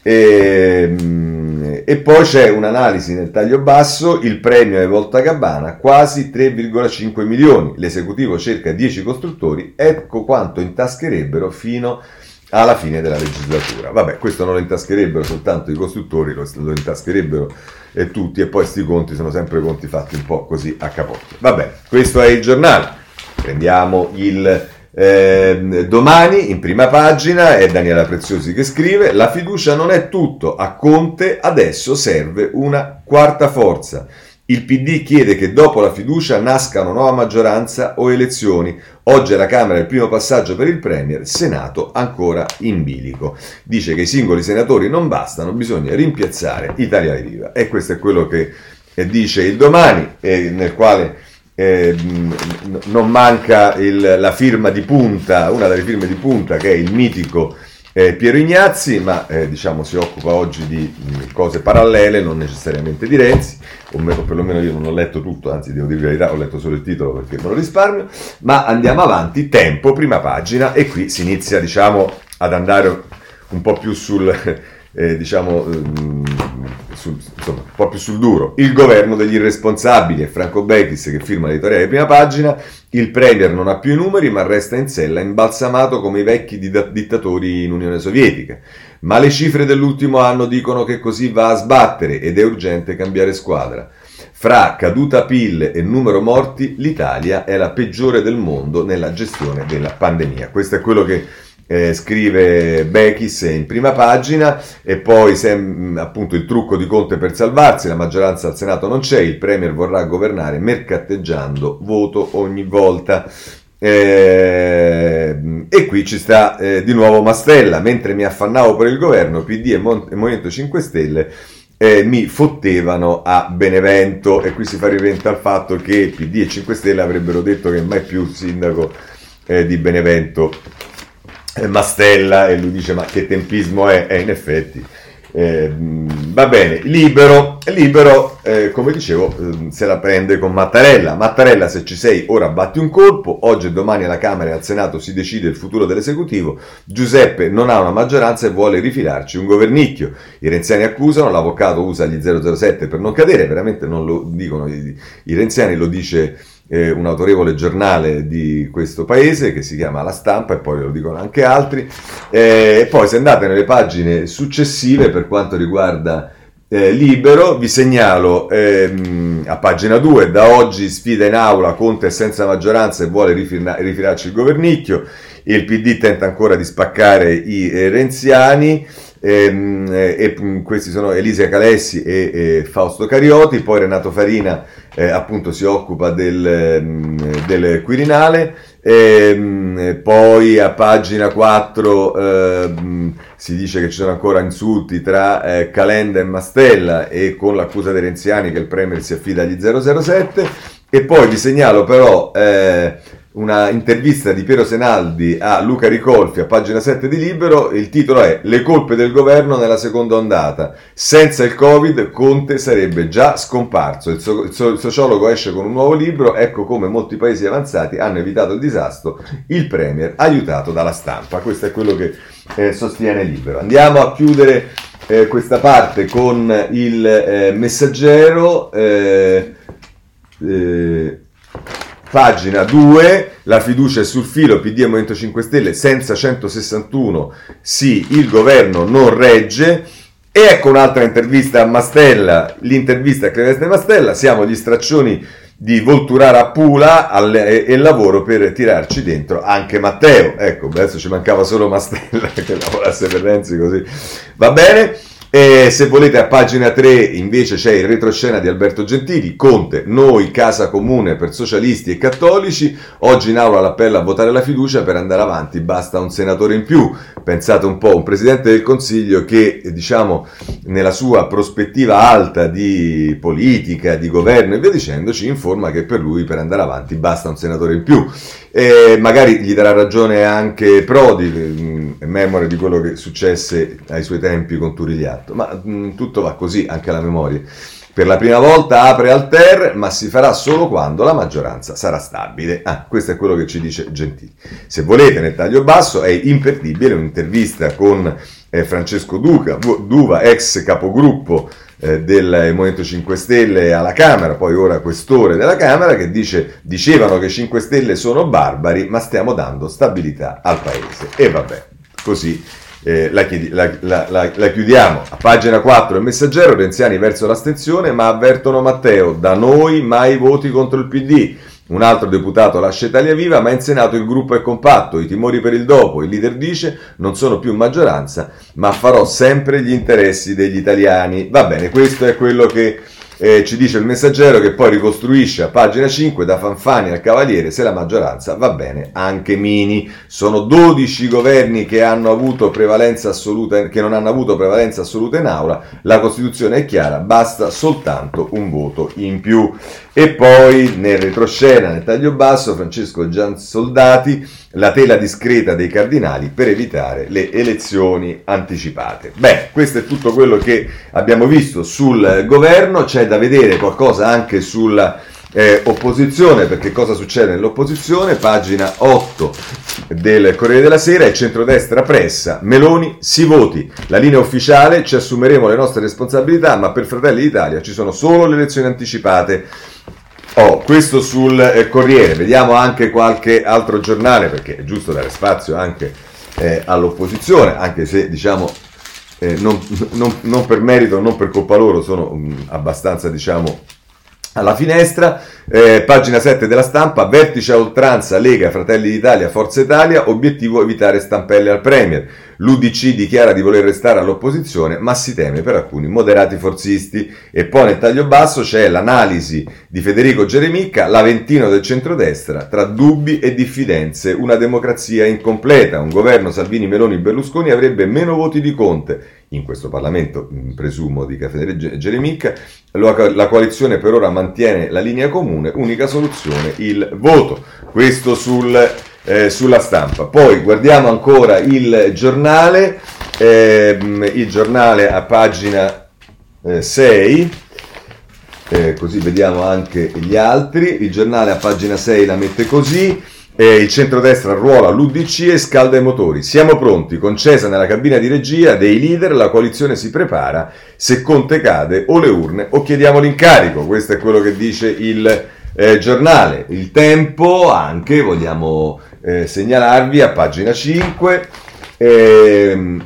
A: E, e poi c'è un'analisi nel taglio basso: il premio ai Voltagabbana quasi tre virgola cinque milioni, l'esecutivo cerca dieci costruttori, ecco quanto intascherebbero fino alla fine della legislatura. Vabbè, questo non lo intascherebbero soltanto i costruttori, lo, lo intascherebbero eh, tutti, e poi sti conti sono sempre conti fatti un po' così a capocchia. Vabbè, questo è il giornale. Prendiamo il Eh, domani in prima pagina è Daniela Preziosi che scrive: la fiducia non è tutto, a Conte adesso serve una quarta forza. Il P D chiede che dopo la fiducia nasca una nuova maggioranza o elezioni. Oggi alla Camera il primo passaggio per il Premier, Senato ancora in bilico. Dice che i singoli senatori non bastano, bisogna rimpiazzare Italia Viva. E questo è quello che eh, dice il Domani, eh, nel quale eh, non manca il, la firma di punta, una delle firme di punta, che è il mitico Eh, Piero Ignazzi, ma eh, diciamo si occupa oggi di, di cose parallele, non necessariamente di Renzi, o, me, o perlomeno io non ho letto tutto, anzi devo dire la verità, ho letto solo il titolo perché me lo risparmio, ma andiamo avanti, Tempo, prima pagina, e qui si inizia diciamo ad andare un po' più sul, eh, diciamo, um, sul, insomma, un po' più sul duro. Il governo degli irresponsabili, è Franco Bechis che firma l'editoriale di prima pagina. Il Premier non ha più i numeri ma resta in sella imbalsamato come i vecchi dittatori in Unione Sovietica. Ma le cifre dell'ultimo anno dicono che così va a sbattere ed è urgente cambiare squadra. Fra caduta P I L e numero morti, l'Italia è la peggiore del mondo nella gestione della pandemia. Questo è quello che eh, scrive Bechis in prima pagina. E poi sem- appunto il trucco di Conte per salvarsi: la maggioranza al Senato non c'è, il Premier vorrà governare mercatteggiando voto ogni volta. Eh, e qui ci sta eh, di nuovo Mastella: mentre mi affannavo per il governo, P D e, Mon- e Movimento cinque Stelle eh, mi fottevano a Benevento. E qui si fa riferimento al fatto che P D e cinque Stelle avrebbero detto che mai più sindaco eh, di Benevento Mastella, e lui dice ma che tempismo è? E in effetti eh, va bene. Libero, libero eh, come dicevo eh, se la prende con Mattarella. Mattarella, se ci sei ora batti un colpo. Oggi e domani alla Camera e al Senato si decide il futuro dell'esecutivo. Giuseppe non ha una maggioranza e vuole rifilarci un governicchio. I renziani accusano, l'avvocato usa gli zero zero sette per non cadere. Veramente non lo dicono i, i renziani, lo dice Eh, un autorevole giornale di questo paese che si chiama La Stampa, e poi lo dicono anche altri. Eh, e poi se andate nelle pagine successive per quanto riguarda eh, Libero, vi segnalo ehm, a pagina due: da oggi sfida in aula, Conte è senza maggioranza e vuole rifirna- rifilarci il governicchio. Il P D tenta ancora di spaccare i eh, renziani. E, e, e questi sono Elisa Calessi e, e Fausto Carioti. Poi Renato Farina eh, appunto si occupa del, del Quirinale. E, poi a pagina quattro eh, si dice che ci sono ancora insulti tra eh, Calenda e Mastella, e con l'accusa dei renziani che il Premier si affida agli zero zero sette. E poi vi segnalo però eh, una intervista di Piero Senaldi a Luca Ricolfi a pagina sette di Libero. Il titolo è Le colpe del governo nella seconda ondata. Senza il Covid Conte sarebbe già scomparso. Il, so- il, so- il sociologo esce con un nuovo libro. Ecco come molti paesi avanzati hanno evitato il disastro, il Premier aiutato dalla stampa. Questo è quello che eh, sostiene Libero. Andiamo a chiudere eh, questa parte con il eh, Messaggero. Eh, eh, Pagina due, la fiducia è sul filo, P D e Movimento cinque Stelle senza centosessantuno, sì, il governo non regge. E ecco un'altra intervista a Mastella, l'intervista a Clemente Mastella: siamo gli straccioni di Volturara a Pula alle, e, e lavoro per tirarci dentro anche Matteo. Ecco, adesso ci mancava solo Mastella che lavorasse per Renzi, così va bene. E se volete a pagina tre invece c'è il retroscena di Alberto Gentili. Conte, noi casa comune per socialisti e cattolici. Oggi in aula l'appello a votare la fiducia, per andare avanti basta un senatore in più. Pensate un po', un presidente del Consiglio che diciamo nella sua prospettiva alta di politica, di governo e via dicendo ci informa che per lui per andare avanti basta un senatore in più. E magari gli darà ragione anche Prodi, è memore di quello che successe ai suoi tempi con Turigliatto, ma mh, tutto va così anche alla memoria. Per la prima volta apre Alter, ma si farà solo quando la maggioranza sarà stabile. Ah, questo è quello che ci dice Gentili. Se volete, nel taglio basso è imperdibile un'intervista con eh, Francesco Duca, Duva, ex capogruppo eh, del Movimento cinque Stelle alla Camera, poi ora questore della Camera, che dice: dicevano che i cinque Stelle sono barbari, ma stiamo dando stabilità al Paese. E vabbè, così Eh, la, chiedi, la, la, la, la chiudiamo. A pagina quattro il Messaggero: renziani verso l'astensione ma avvertono Matteo, da noi mai voti contro il P D. Un altro deputato lascia Italia Viva, ma in Senato il gruppo è compatto, i timori per il dopo, il leader dice non sono più maggioranza, ma farò sempre gli interessi degli italiani. Va bene, questo è quello che eh, ci dice il Messaggero, che poi ricostruisce a pagina cinque da Fanfani al Cavaliere se la maggioranza va bene anche Mini. Sono dodici governi che hanno avuto prevalenza assoluta, che non hanno avuto prevalenza assoluta in aula, la Costituzione è chiara, basta soltanto un voto in più. E poi nel retroscena, nel taglio basso, Francesco Giansoldati, la tela discreta dei cardinali per evitare le elezioni anticipate. Beh, questo è tutto quello che abbiamo visto sul governo, c'è da vedere qualcosa anche sulla eh, opposizione, perché cosa succede nell'opposizione? Pagina otto del Corriere della Sera, il centrodestra pressa, Meloni si voti, la linea ufficiale, ci assumeremo le nostre responsabilità, ma per Fratelli d'Italia ci sono solo le elezioni anticipate. Oh, questo sul eh, Corriere, vediamo anche qualche altro giornale, perché è giusto dare spazio anche eh, all'opposizione, anche se diciamo eh, non, non, non per merito, non per colpa loro, sono mh, abbastanza diciamo alla finestra. Eh, pagina sette della Stampa, vertice a oltranza, Lega, Fratelli d'Italia, Forza Italia, obiettivo evitare stampelle al Premier. L'U D C dichiara di voler restare all'opposizione, ma si teme per alcuni moderati forzisti. E poi nel taglio basso c'è l'analisi di Federico Geremicca, l'Aventino del centrodestra, tra dubbi e diffidenze, una democrazia incompleta, un governo Salvini-Meloni-Berlusconi avrebbe meno voti di Conte. In questo Parlamento, presumo, dica Federico Geremicca, la coalizione per ora mantiene la linea comune, unica soluzione il voto. Questo sul, eh, sulla Stampa. Poi guardiamo ancora il giornale, ehm, il giornale a pagina eh, sei, eh, così vediamo anche gli altri. Il giornale a pagina sei la mette così. E il centrodestra arruola l'U D C e scalda i motori. Siamo pronti, con Cesa nella cabina di regia dei leader, la coalizione si prepara, se Conte cade o le urne o chiediamo l'incarico. Questo è quello che dice il eh, giornale. Il Tempo anche, vogliamo eh, segnalarvi a pagina cinque, ehm,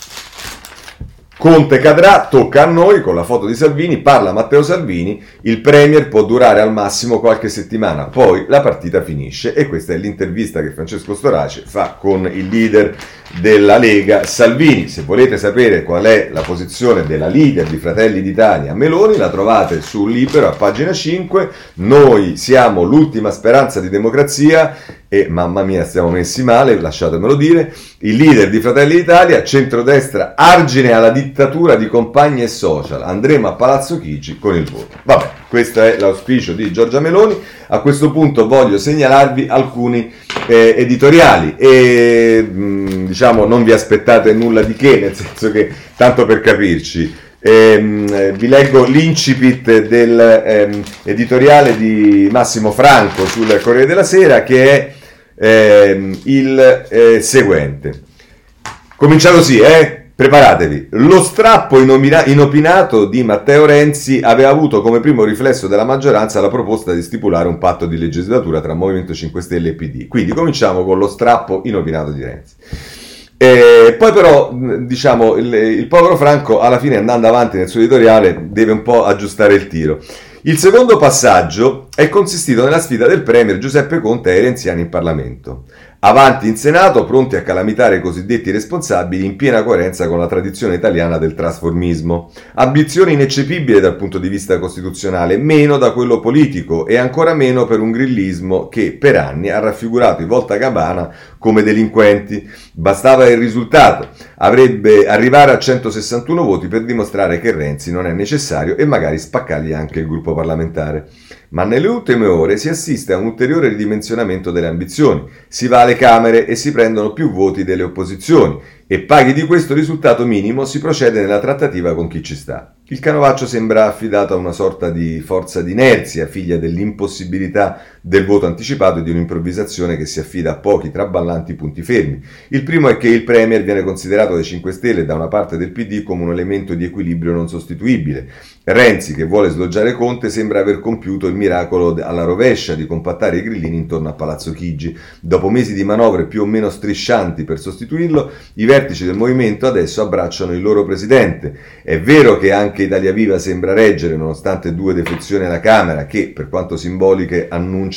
A: Conte cadrà, tocca a noi, con la foto di Salvini, parla Matteo Salvini, il Premier può durare al massimo qualche settimana, poi la partita finisce. E questa è l'intervista che Francesco Storace fa con il leader della Lega Salvini. Se volete sapere qual è la posizione della leader di Fratelli d'Italia Meloni, la trovate su Libero a pagina cinque. Noi siamo l'ultima speranza di democrazia e mamma mia stiamo messi male, lasciatemelo dire. Il leader di Fratelli d'Italia, centrodestra, argine alla dittatura di compagni e social, andremo a Palazzo Chigi con il voto. Vabbè, questo è l'auspicio di Giorgia Meloni. A questo punto voglio segnalarvi alcuni eh, editoriali e mh, diciamo non vi aspettate nulla di che, nel senso che, tanto per capirci, ehm, vi leggo l'incipit del ehm, editoriale di Massimo Franco sul Corriere della Sera, che è ehm, il eh, seguente. Comincia così, eh? Preparatevi. Lo strappo inopina- inopinato di Matteo Renzi aveva avuto come primo riflesso della maggioranza la proposta di stipulare un patto di legislatura tra Movimento cinque Stelle e P D. Quindi cominciamo con lo strappo inopinato di Renzi. E poi però, diciamo, il, il povero Franco alla fine, andando avanti nel suo editoriale, deve un po' aggiustare il tiro. Il secondo passaggio è consistito nella sfida del Premier Giuseppe Conte ai renziani in Parlamento. Avanti in Senato, pronti a calamitare i cosiddetti responsabili in piena coerenza con la tradizione italiana del trasformismo. Ambizione ineccepibile dal punto di vista costituzionale, meno da quello politico e ancora meno per un grillismo che per anni ha raffigurato i Voltagabbana come delinquenti. Bastava il risultato, avrebbe arrivare a centosessantuno voti per dimostrare che Renzi non è necessario e magari spaccargli anche il gruppo parlamentare. Ma nelle ultime ore si assiste a un ulteriore ridimensionamento delle ambizioni, si va alle Camere e si prendono più voti delle opposizioni e paghi di questo risultato minimo si procede nella trattativa con chi ci sta. Il canovaccio sembra affidato a una sorta di forza d'inerzia, figlia dell'impossibilità del voto anticipato e di un'improvvisazione che si affida a pochi traballanti punti fermi. Il primo è che il Premier viene considerato dai cinque Stelle e da una parte del P D come un elemento di equilibrio non sostituibile. Renzi, che vuole sloggiare Conte, sembra aver compiuto il miracolo alla rovescia di compattare i grillini intorno a Palazzo Chigi. Dopo mesi di manovre più o meno striscianti per sostituirlo, i vertici del movimento adesso abbracciano il loro presidente. È vero che anche Italia Viva sembra reggere nonostante due defezioni alla Camera che, per quanto simboliche, annunciano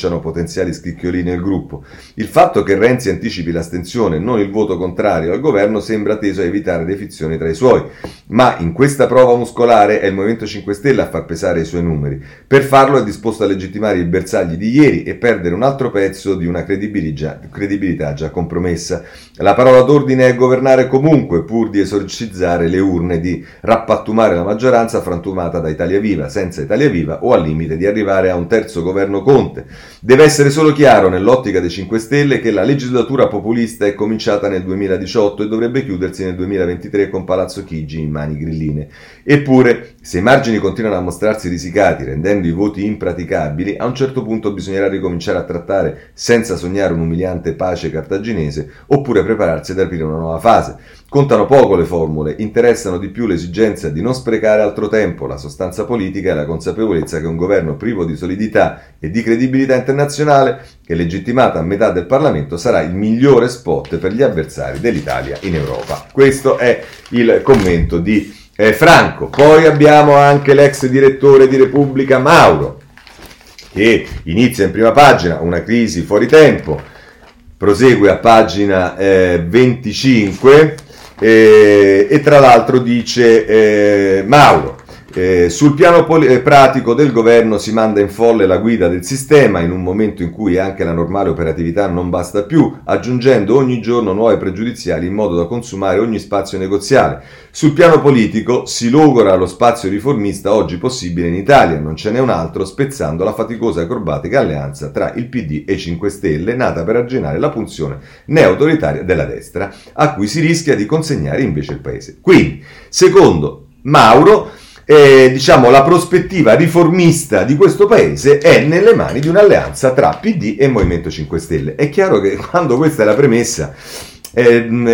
A: denunciano potenziali scricchiolini nel gruppo. Il fatto che Renzi anticipi l'astensione e non il voto contrario al governo sembra teso a evitare defezioni tra i suoi, ma in questa prova muscolare è il Movimento cinque Stelle a far pesare i suoi numeri. Per farlo è disposto a legittimare i bersagli di ieri e perdere un altro pezzo di una credibilità già compromessa. La parola d'ordine è governare comunque, pur di esorcizzare le urne, di rappattumare la maggioranza frantumata da Italia Viva, senza Italia Viva o al limite di arrivare a un terzo governo Conte. Deve essere solo chiaro nell'ottica dei cinque Stelle che la legislatura populista è cominciata nel duemiladiciotto e dovrebbe chiudersi nel duemilaventitré con Palazzo Chigi in mani grilline. Eppure, se i margini continuano a mostrarsi risicati, rendendo i voti impraticabili, a un certo punto bisognerà ricominciare a trattare senza sognare un'umiliante pace cartaginese, oppure prepararsi ad aprire una nuova fase. Contano poco le formule, interessano di più l'esigenza di non sprecare altro tempo, la sostanza politica e la consapevolezza che un governo privo di solidità e di credibilità internazionale e legittimata a metà del Parlamento sarà il migliore spot per gli avversari dell'Italia in Europa. Questo è il commento di eh, Franco. Poi abbiamo anche l'ex direttore di Repubblica Mauro, che inizia in prima pagina una crisi fuori tempo, prosegue a pagina eh, venticinque eh, e tra l'altro dice eh, Mauro, eh, sul piano poli- eh, pratico del governo si manda in folle la guida del sistema in un momento in cui anche la normale operatività non basta più, aggiungendo ogni giorno nuove pregiudiziali in modo da consumare ogni spazio negoziale. Sul piano politico si logora lo spazio riformista oggi possibile in Italia, non ce n'è un altro, spezzando la faticosa e acrobatica alleanza tra il P D e cinque Stelle, nata per arginare la pulsione neo-autoritaria della destra, a cui si rischia di consegnare invece il paese. Quindi, secondo Mauro, eh, diciamo la prospettiva riformista di questo paese è nelle mani di un'alleanza tra P D e Movimento cinque Stelle. È chiaro che quando questa è la premessa È,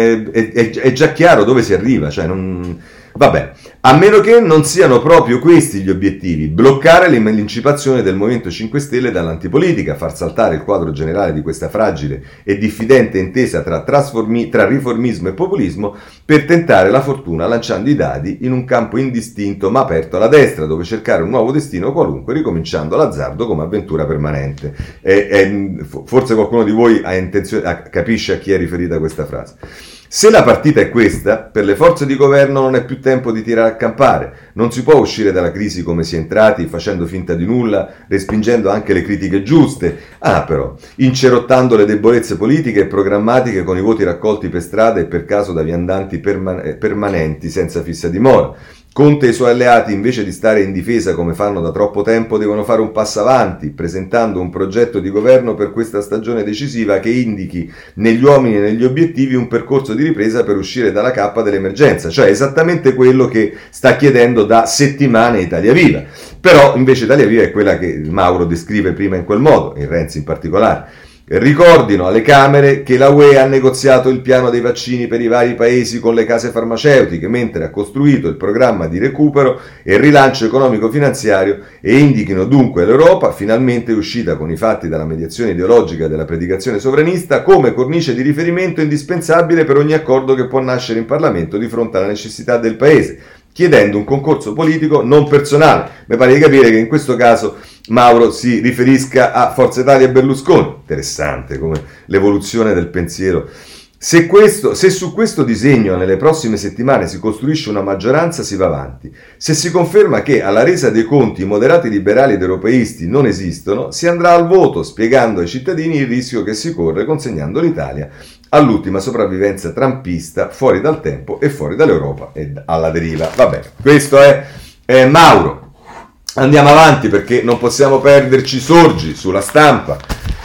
A: è, è, è già chiaro dove si arriva, cioè non... Vabbè, a meno che non siano proprio questi gli obiettivi: bloccare l'emancipazione del Movimento cinque Stelle dall'antipolitica, far saltare il quadro generale di questa fragile e diffidente intesa tra, trasformi, tra riformismo e populismo, per tentare la fortuna lanciando i dadi in un campo indistinto ma aperto alla destra, dove cercare un nuovo destino qualunque, ricominciando l'azzardo come avventura permanente. E, e, forse qualcuno di voi ha intenzione, capisce a chi è riferita questa frase. Se la partita è questa, per le forze di governo non è più tempo di tirare a campare. Non si può uscire dalla crisi come si è entrati, facendo finta di nulla, respingendo anche le critiche giuste. Ah, però, incerottando le debolezze politiche e programmatiche con i voti raccolti per strada e per caso da viandanti perman- permanenti senza fissa dimora. Conte e i suoi alleati, invece di stare in difesa come fanno da troppo tempo, devono fare un passo avanti, presentando un progetto di governo per questa stagione decisiva che indichi negli uomini e negli obiettivi un percorso di ripresa per uscire dalla cappa dell'emergenza, cioè esattamente quello che sta chiedendo da settimane Italia Viva. Però invece Italia Viva è quella che Mauro descrive prima in quel modo, e Renzi in particolare. Ricordino alle Camere che la U E ha negoziato il piano dei vaccini per i vari paesi con le case farmaceutiche, mentre ha costruito il programma di recupero e rilancio economico-finanziario, e indichino dunque l'Europa, finalmente uscita con i fatti dalla mediazione ideologica della predicazione sovranista, come cornice di riferimento indispensabile per ogni accordo che può nascere in Parlamento di fronte alla necessità del Paese, chiedendo un concorso politico non personale. Mi pare di capire che in questo caso Mauro si riferisca a Forza Italia e Berlusconi. Interessante come l'evoluzione del pensiero. Se, questo, se su questo disegno nelle prossime settimane si costruisce una maggioranza, si va avanti. Se si conferma che alla resa dei conti i moderati liberali ed europeisti non esistono, si andrà al voto, spiegando ai cittadini il rischio che si corre consegnando l'Italia all'ultima sopravvivenza trumpista, fuori dal tempo e fuori dall'Europa e alla deriva. Vabbè, questo è eh, Mauro. Andiamo avanti perché non possiamo perderci Sorgi sulla Stampa,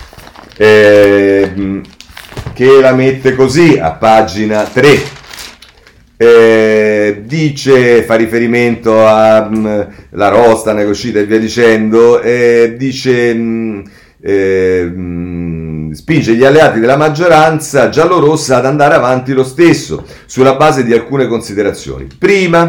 A: eh, che la mette così a pagina tre. Eh, dice, fa riferimento a mh, la Rosta, Negocita e via dicendo, eh, dice... Mh, eh, mh, spinge gli alleati della maggioranza giallorossa ad andare avanti lo stesso, sulla base di alcune considerazioni. Prima,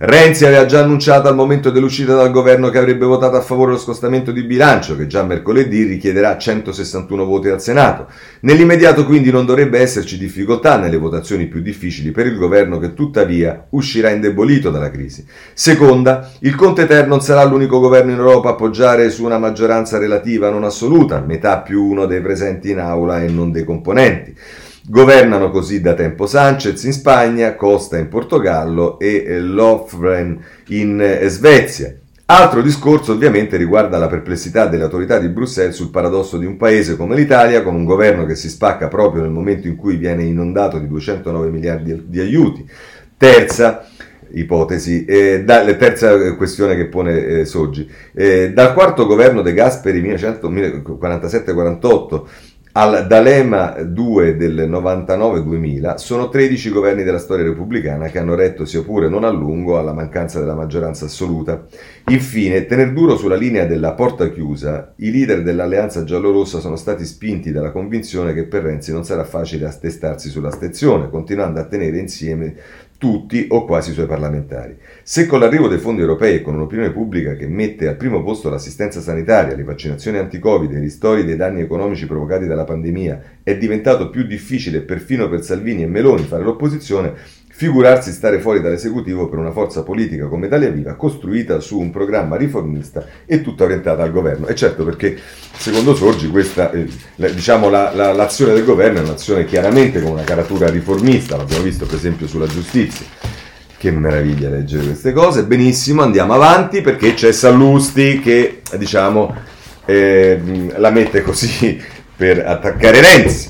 A: Renzi aveva già annunciato al momento dell'uscita dal governo che avrebbe votato a favore dello scostamento di bilancio, che già mercoledì richiederà centosessantuno voti al Senato. Nell'immediato quindi non dovrebbe esserci difficoltà nelle votazioni più difficili per il governo, che tuttavia uscirà indebolito dalla crisi. Seconda, il Conte-Ter non sarà l'unico governo in Europa a appoggiare su una maggioranza relativa non assoluta, metà più uno dei presenti in aula e non dei componenti. Governano così da tempo Sanchez in Spagna, Costa in Portogallo e Löfven in Svezia. Altro discorso ovviamente riguarda la perplessità delle autorità di Bruxelles sul paradosso di un paese come l'Italia, con un governo che si spacca proprio nel momento in cui viene inondato di duecentonove miliardi di aiuti. Terza ipotesi, eh, da, terza questione che pone eh, Soggi. Eh, dal quarto governo De Gasperi millenovecentoquarantasette quarantotto al D'Alema due del novantanove duemila sono tredici governi della storia repubblicana che hanno retto, sia pure non a lungo, alla mancanza della maggioranza assoluta. Infine, tener duro sulla linea della porta chiusa, i leader dell'alleanza giallorossa sono stati spinti dalla convinzione che per Renzi non sarà facile attestarsi sull'astensione, continuando a tenere insieme tutti o quasi i suoi parlamentari. Se con l'arrivo dei fondi europei e con un'opinione pubblica che mette al primo posto l'assistenza sanitaria, le vaccinazioni anti-Covid e i ristori dei danni economici provocati dalla pandemia è diventato più difficile perfino per Salvini e Meloni fare l'opposizione, figurarsi stare fuori dall'esecutivo per una forza politica come Italia Viva, costruita su un programma riformista e tutta orientata al governo. E certo, perché secondo Sorgi questa, eh, diciamo, la, la, l'azione del governo è un'azione chiaramente con una caratura riformista, l'abbiamo visto per esempio sulla giustizia. Che meraviglia leggere queste cose. Benissimo, andiamo avanti, perché c'è Sallusti che, diciamo, eh, la mette così per attaccare Renzi.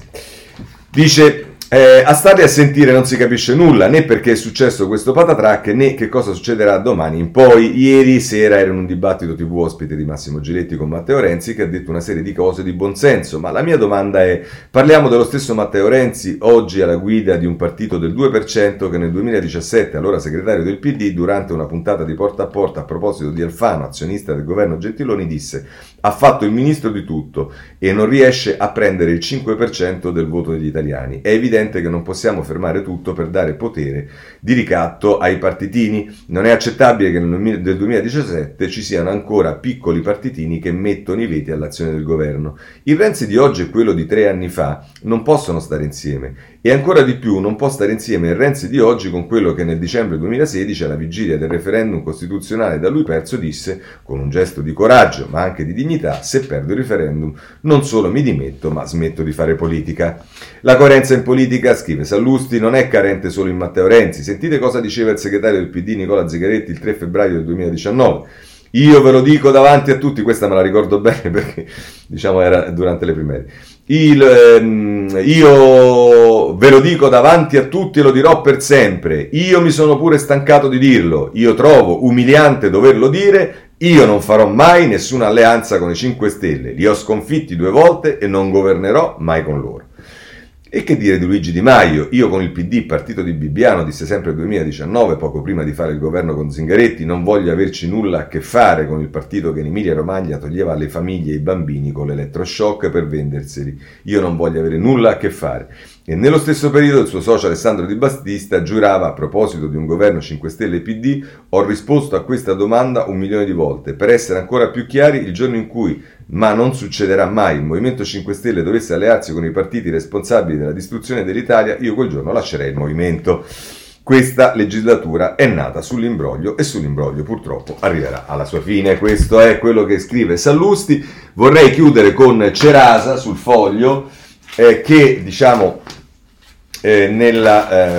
A: Dice: Eh, a stare a sentire non si capisce nulla, né perché è successo questo patatrac, né che cosa succederà domani in poi. Ieri sera era in un dibattito tivù ospite di Massimo Giletti con Matteo Renzi, che ha detto una serie di cose di buonsenso, ma la mia domanda è: parliamo dello stesso Matteo Renzi, oggi alla guida di un partito del due per cento, che nel duemiladiciassette, allora segretario del P D, durante una puntata di Porta a Porta a proposito di Alfano, azionista del governo Gentiloni, disse: ha fatto il ministro di tutto e non riesce a prendere il cinque per cento del voto degli italiani. È evidente che non possiamo fermare tutto per dare potere di ricatto ai partitini. Non è accettabile che nel duemiladiciassette ci siano ancora piccoli partitini che mettono i veti all'azione del governo. Il Renzi di oggi e quello di tre anni fa non possono stare insieme, e ancora di più non può stare insieme il Renzi di oggi con quello che nel dicembre duemilasedici, alla vigilia del referendum costituzionale da lui perso, disse con un gesto di coraggio ma anche di dignità: se perdo il referendum non solo mi dimetto ma smetto di fare politica. La coerenza in politica, scrive Sallusti, non è carente solo in Matteo Renzi. Sentite cosa diceva il segretario del P D Nicola Zingaretti il tre febbraio del duemiladiciannove. Io ve lo dico davanti a tutti, questa me la ricordo bene perché, diciamo, era durante le primarie. Il, ehm, io ve lo dico davanti a tutti e lo dirò per sempre. Io mi sono pure stancato di dirlo. Io trovo umiliante doverlo dire. Io non farò mai nessuna alleanza con i cinque Stelle. Li ho sconfitti due volte e non governerò mai con loro. E che dire di Luigi Di Maio? Io con il P D, partito di Bibbiano, disse sempre nel duemiladiciannove, poco prima di fare il governo con Zingaretti, non voglio averci nulla a che fare con il partito che in Emilia-Romagna toglieva alle famiglie e ai bambini con l'elettroshock per venderseli. Io non voglio avere nulla a che fare. E nello stesso periodo il suo socio Alessandro Di Battista giurava, a proposito di un governo cinque Stelle e P D: ho risposto a questa domanda un milione di volte. Per essere ancora più chiari, il giorno in cui, ma non succederà mai, il Movimento cinque Stelle dovesse allearsi con i partiti responsabili della distruzione dell'Italia, io quel giorno lascerei il movimento. Questa legislatura è nata sull'imbroglio e sull'imbroglio purtroppo arriverà alla sua fine. Questo è quello che scrive Sallusti. Vorrei chiudere con Cerasa sul Foglio, eh, che diciamo eh, nella eh,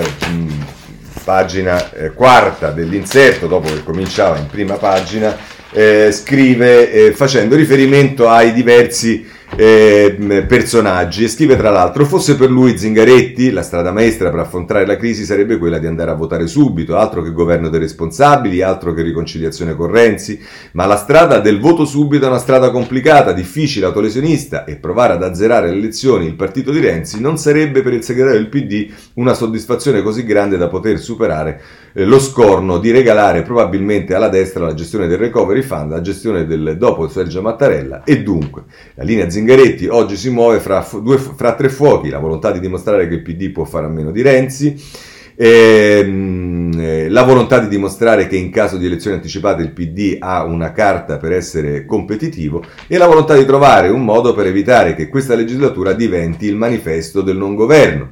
A: pagina eh, quarta dell'inserto, dopo che cominciava in prima pagina, eh, scrive eh, facendo riferimento ai diversi Eh, personaggi, e scrive tra l'altro: fosse per lui Zingaretti la strada maestra per affrontare la crisi sarebbe quella di andare a votare subito, altro che governo dei responsabili, altro che riconciliazione con Renzi, ma la strada del voto subito è una strada complicata, difficile, autolesionista, e provare ad azzerare le elezioni il partito di Renzi non sarebbe per il segretario del P D una soddisfazione così grande da poter superare eh, lo scorno di regalare probabilmente alla destra la gestione del recovery fund, la gestione del dopo Sergio Mattarella, e dunque la linea Zingaretti oggi si muove fra, due, fra tre fuochi: la volontà di dimostrare che il P D può fare a meno di Renzi, ehm, eh, la volontà di dimostrare che in caso di elezioni anticipate il P D ha una carta per essere competitivo e la volontà di trovare un modo per evitare che questa legislatura diventi il manifesto del non governo.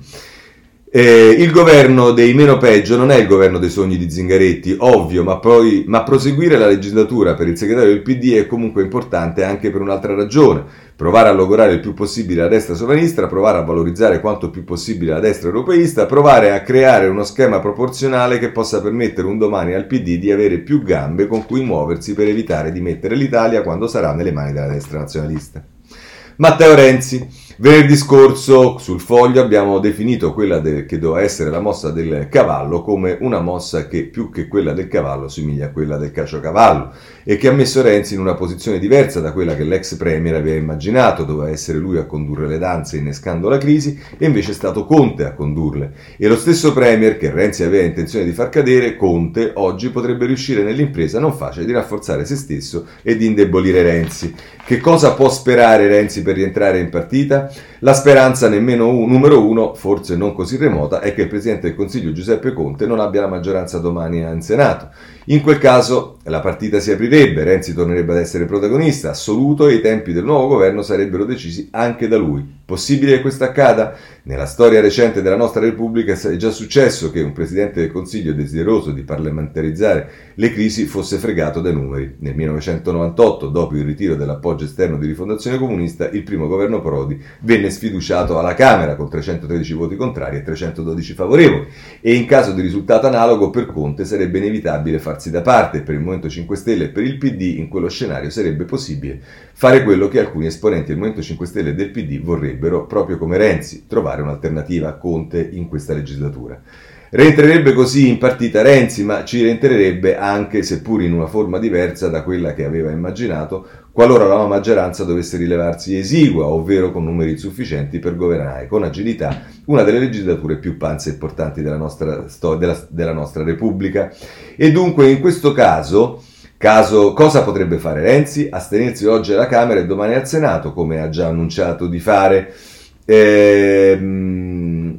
A: Eh, il governo dei meno peggio non è il governo dei sogni di Zingaretti, ovvio, ma, poi, ma proseguire la legislatura per il segretario del P D è comunque importante anche per un'altra ragione: provare a logorare il più possibile la destra sovranista, provare a valorizzare quanto più possibile la destra europeista, provare a creare uno schema proporzionale che possa permettere un domani al P D di avere più gambe con cui muoversi per evitare di mettere l'Italia quando sarà nelle mani della destra nazionalista. Matteo Renzi. Venerdì scorso sul Foglio abbiamo definito quella de- che doveva essere la mossa del cavallo come una mossa che più che quella del cavallo somiglia a quella del caciocavallo e che ha messo Renzi in una posizione diversa da quella che l'ex premier aveva immaginato. Doveva essere lui a condurre le danze innescando la crisi e invece è stato Conte a condurle. E lo stesso premier che Renzi aveva intenzione di far cadere, Conte, oggi potrebbe riuscire nell'impresa non facile di rafforzare se stesso e di indebolire Renzi. Che cosa può sperare Renzi per rientrare in partita? La speranza nemmeno un, numero uno, forse non così remota, è che il Presidente del Consiglio Giuseppe Conte non abbia la maggioranza domani in Senato. In quel caso la partita si aprirebbe, Renzi tornerebbe ad essere protagonista assoluto e i tempi del nuovo governo sarebbero decisi anche da lui. Possibile che questo accada? Nella storia recente della nostra Repubblica è già successo che un Presidente del Consiglio desideroso di parlamentarizzare le crisi fosse fregato dai numeri. Nel millenovecentonovantotto, dopo il ritiro dell'appoggio esterno di Rifondazione Comunista, il primo governo Prodi venne sfiduciato alla Camera con trecentotredici voti contrari e trecentododici favorevoli e in caso di risultato analogo per Conte sarebbe inevitabile farsi da parte. Per il Movimento cinque Stelle e per il P D in quello scenario sarebbe possibile fare quello che alcuni esponenti del Movimento cinque Stelle e del P D vorrebbero, proprio come Renzi, trovare un'alternativa a Conte in questa legislatura. Rientrerebbe così in partita Renzi, ma ci rientrerebbe anche, seppur in una forma diversa da quella che aveva immaginato, qualora la maggioranza dovesse rilevarsi esigua, ovvero con numeri insufficienti per governare con agilità una delle legislature più panze importanti della nostra, sto- della, della nostra Repubblica. E dunque in questo caso... Caso, cosa potrebbe fare Renzi? Astenersi oggi alla Camera e domani al Senato, come ha già annunciato di fare. Ehm,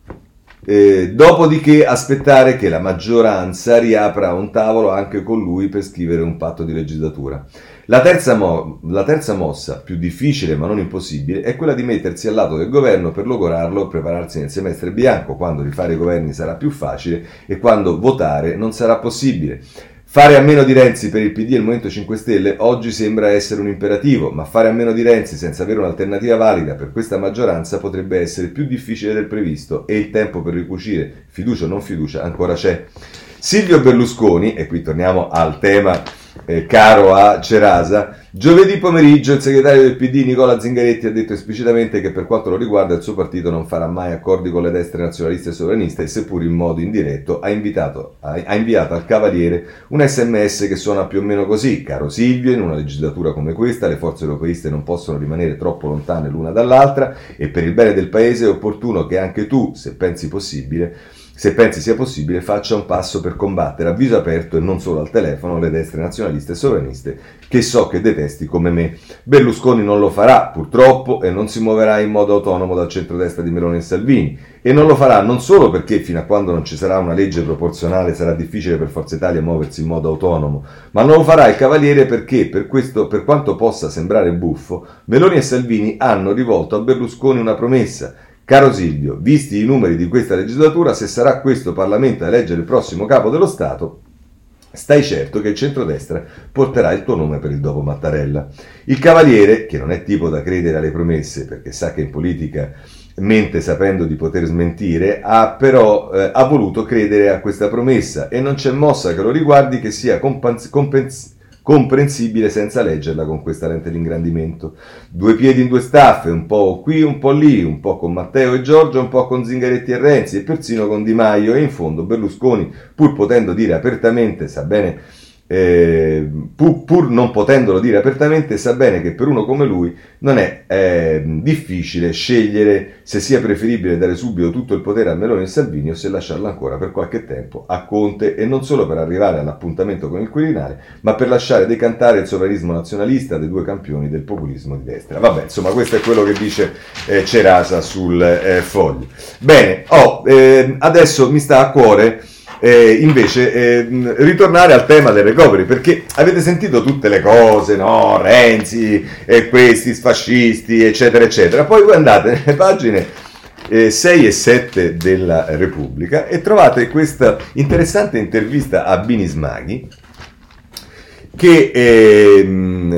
A: eh, dopodiché aspettare che la maggioranza riapra un tavolo anche con lui per scrivere un patto di legislatura. La terza, mo- la terza mossa, più difficile ma non impossibile, è quella di mettersi al lato del governo per logorarlo e prepararsi nel semestre bianco, quando rifare i governi sarà più facile e quando votare non sarà possibile. Fare a meno di Renzi per il P D e il Movimento cinque Stelle oggi sembra essere un imperativo, ma fare a meno di Renzi senza avere un'alternativa valida per questa maggioranza potrebbe essere più difficile del previsto e il tempo per ricucire fiducia o non fiducia ancora c'è. Silvio Berlusconi, e qui torniamo al tema eh, caro a Cerasa, giovedì pomeriggio il segretario del P D Nicola Zingaretti ha detto esplicitamente che per quanto lo riguarda il suo partito non farà mai accordi con le destre nazionaliste e sovraniste e seppur in modo indiretto ha, invitato, ha, ha inviato al Cavaliere un sms che suona più o meno così: caro Silvio, in una legislatura come questa le forze europeiste non possono rimanere troppo lontane l'una dall'altra e per il bene del paese è opportuno che anche tu, se pensi possibile, Se pensi sia possibile, faccia un passo per combattere a viso aperto e non solo al telefono le destre nazionaliste e sovraniste che so che detesti come me. Berlusconi non lo farà, purtroppo, e non si muoverà in modo autonomo dal centrodestra di Meloni e Salvini. E non lo farà non solo perché fino a quando non ci sarà una legge proporzionale sarà difficile per Forza Italia muoversi in modo autonomo, ma non lo farà il Cavaliere perché, per questo, per quanto possa sembrare buffo, Meloni e Salvini hanno rivolto a Berlusconi una promessa. Caro Silvio, visti i numeri di questa legislatura, se sarà questo Parlamento a eleggere il prossimo capo dello Stato, stai certo che il centrodestra porterà il tuo nome per il dopo Mattarella. Il Cavaliere, che non è tipo da credere alle promesse, perché sa che in politica mente sapendo di poter smentire, ha però eh, ha voluto credere a questa promessa e non c'è mossa che lo riguardi che sia compens- compens- comprensibile senza leggerla con questa lente di ingrandimento. Due piedi in due staffe, un po' qui, un po' lì, un po' con Matteo e Giorgio, un po' con Zingaretti e Renzi e persino con Di Maio e in fondo Berlusconi, pur potendo dire apertamente, sa bene, eh, pur, pur non potendolo dire apertamente, sa bene che per uno come lui non è eh, difficile scegliere se sia preferibile dare subito tutto il potere a Meloni e Salvini o se lasciarlo ancora per qualche tempo a Conte, e non solo per arrivare all'appuntamento con il Quirinale, ma per lasciare decantare il sovranismo nazionalista dei due campioni del populismo di destra. Vabbè, insomma, questo è quello che dice eh, Cerasa sul eh, Foglio. Bene, oh, eh, adesso mi sta a cuore eh, invece eh, ritornare al tema del recovery, perché avete sentito tutte le cose, no? Renzi e questi fascisti, eccetera, eccetera. Poi voi andate nelle pagine eh, sei e sette della Repubblica e trovate questa interessante intervista a Bini Smaghi che, eh,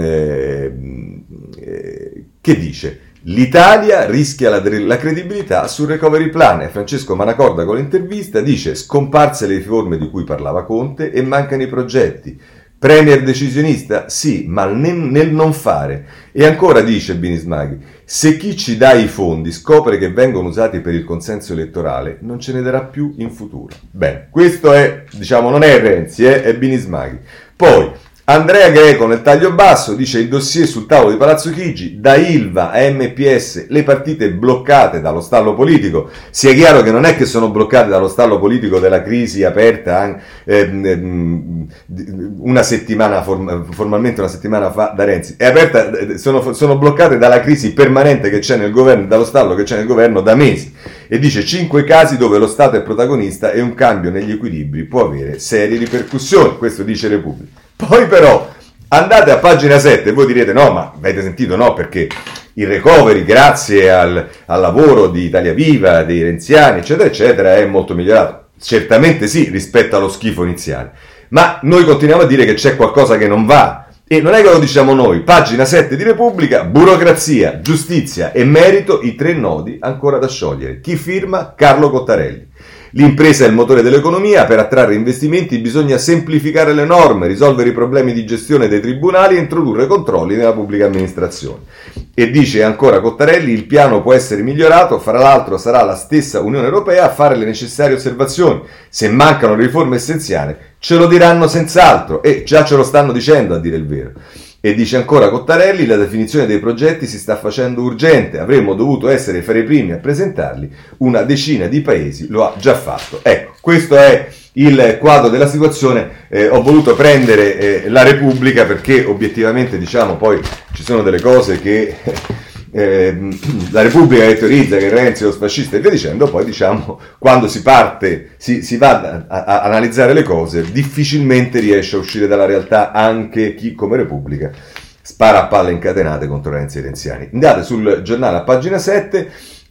A: eh, che dice: l'Italia rischia la, la credibilità sul recovery plan. E Francesco Manacorda con l'intervista dice: scomparse le riforme di cui parlava Conte e mancano i progetti. Premier decisionista? Sì, ma nel, nel non fare. E ancora dice Bini Smaghi: se chi ci dà i fondi scopre che vengono usati per il consenso elettorale, non ce ne darà più in futuro. Bene, questo è, diciamo, non è Renzi, eh, è Bini Smaghi. Poi Andrea Greco nel taglio basso dice: il dossier sul tavolo di Palazzo Chigi, da Ilva a M P S, le partite bloccate dallo stallo politico. Sia chiaro che non è che sono bloccate dallo stallo politico della crisi aperta eh, una settimana, formalmente una settimana fa da Renzi, è aperta, sono, sono bloccate dalla crisi permanente che c'è nel governo, dallo stallo che c'è nel governo da mesi. E dice: cinque casi dove lo Stato è protagonista e un cambio negli equilibri può avere serie ripercussioni. Questo dice Repubblica. Poi però andate a pagina sette e voi direte: no, ma avete sentito? No, perché il recovery, grazie al, al lavoro di Italia Viva, dei renziani, eccetera, eccetera, è molto migliorato. Certamente sì, rispetto allo schifo iniziale. Ma noi continuiamo a dire che c'è qualcosa che non va. E non è che lo diciamo noi. Pagina sette di Repubblica: burocrazia, giustizia e merito, i tre nodi ancora da sciogliere. Chi firma? Carlo Cottarelli. L'impresa è il motore dell'economia, per attrarre investimenti bisogna semplificare le norme, risolvere i problemi di gestione dei tribunali e introdurre controlli nella pubblica amministrazione. E dice ancora Cottarelli: il piano può essere migliorato, fra l'altro sarà la stessa Unione Europea a fare le necessarie osservazioni. Se mancano le riforme essenziali ce lo diranno senz'altro, e già ce lo stanno dicendo, a dire il vero. E dice ancora Cottarelli: la definizione dei progetti si sta facendo urgente, avremmo dovuto essere fra i primi a presentarli, una decina di paesi lo ha già fatto. Ecco, questo è il quadro della situazione. Eh, ho voluto prendere eh, la Repubblica perché obiettivamente, diciamo, poi ci sono delle cose che eh, la Repubblica che teorizza che Renzi è lo fascista e via dicendo, poi diciamo quando si parte, si, si va a, a analizzare le cose, difficilmente riesce a uscire dalla realtà anche chi come Repubblica spara a palle incatenate contro Renzi e renziani. Andate sul giornale a pagina sette.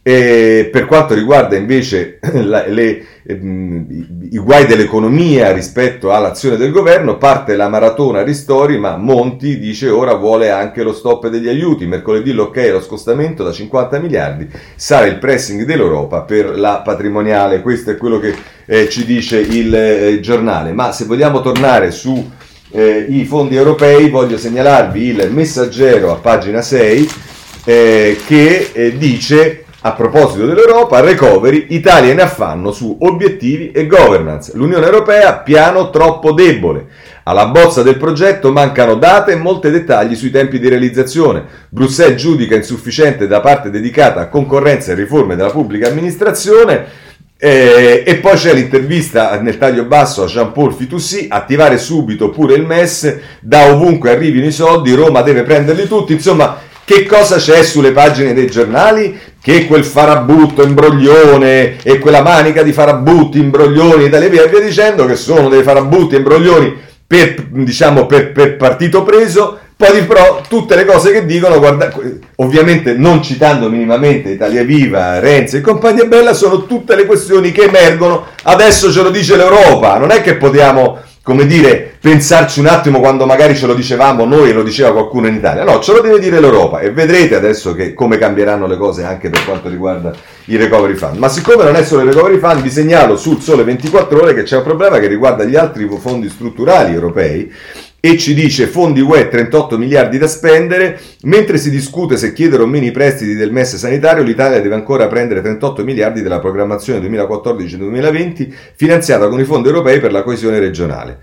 A: E per quanto riguarda invece la, le, ehm, i, i guai dell'economia rispetto all'azione del governo, parte la maratona ristori, ma Monti dice ora vuole anche lo stop degli aiuti. Mercoledì l'ok allo scostamento da cinquanta miliardi, sarà il pressing dell'Europa per la patrimoniale. Questo è quello che eh, ci dice il eh, giornale. Ma se vogliamo tornare su eh, i fondi europei, voglio segnalarvi il Messaggero a pagina sei eh, che eh, dice: a proposito dell'Europa, recovery, Italia in affanno su obiettivi e governance. L'Unione Europea, piano troppo debole. Alla bozza del progetto mancano date e molti dettagli sui tempi di realizzazione. Bruxelles giudica insufficiente da parte dedicata a concorrenza e riforme della pubblica amministrazione. Eh, e poi c'è l'intervista nel taglio basso a Jean-Paul Fitoussi: attivare subito pure il M E S, da ovunque arrivino i soldi, Roma deve prenderli tutti. Insomma, che cosa c'è sulle pagine dei giornali? Che quel farabutto, imbroglione e quella manica di farabutti, imbroglioni e via via dicendo, che sono dei farabutti e imbroglioni per, diciamo, per, per partito preso. Poi però tutte le cose che dicono, guarda, ovviamente non citando minimamente Italia Viva, Renzi e compagnia bella, sono tutte le questioni che emergono. Adesso ce lo dice l'Europa, non è che possiamo, come dire, pensarci un attimo quando magari ce lo dicevamo noi e lo diceva qualcuno in Italia. No, ce lo deve dire l'Europa, e vedrete adesso che come cambieranno le cose anche per quanto riguarda i recovery fund. Ma siccome non è solo il recovery fund, vi segnalo sul Sole ventiquattro Ore che c'è un problema che riguarda gli altri fondi strutturali europei, e ci dice: fondi U E trentotto miliardi da spendere. Mentre si discute se chiedere o meno i prestiti del M E S sanitario, l'Italia deve ancora prendere trentotto miliardi della programmazione duemilaquattordici duemilaventi finanziata con i fondi europei per la coesione regionale.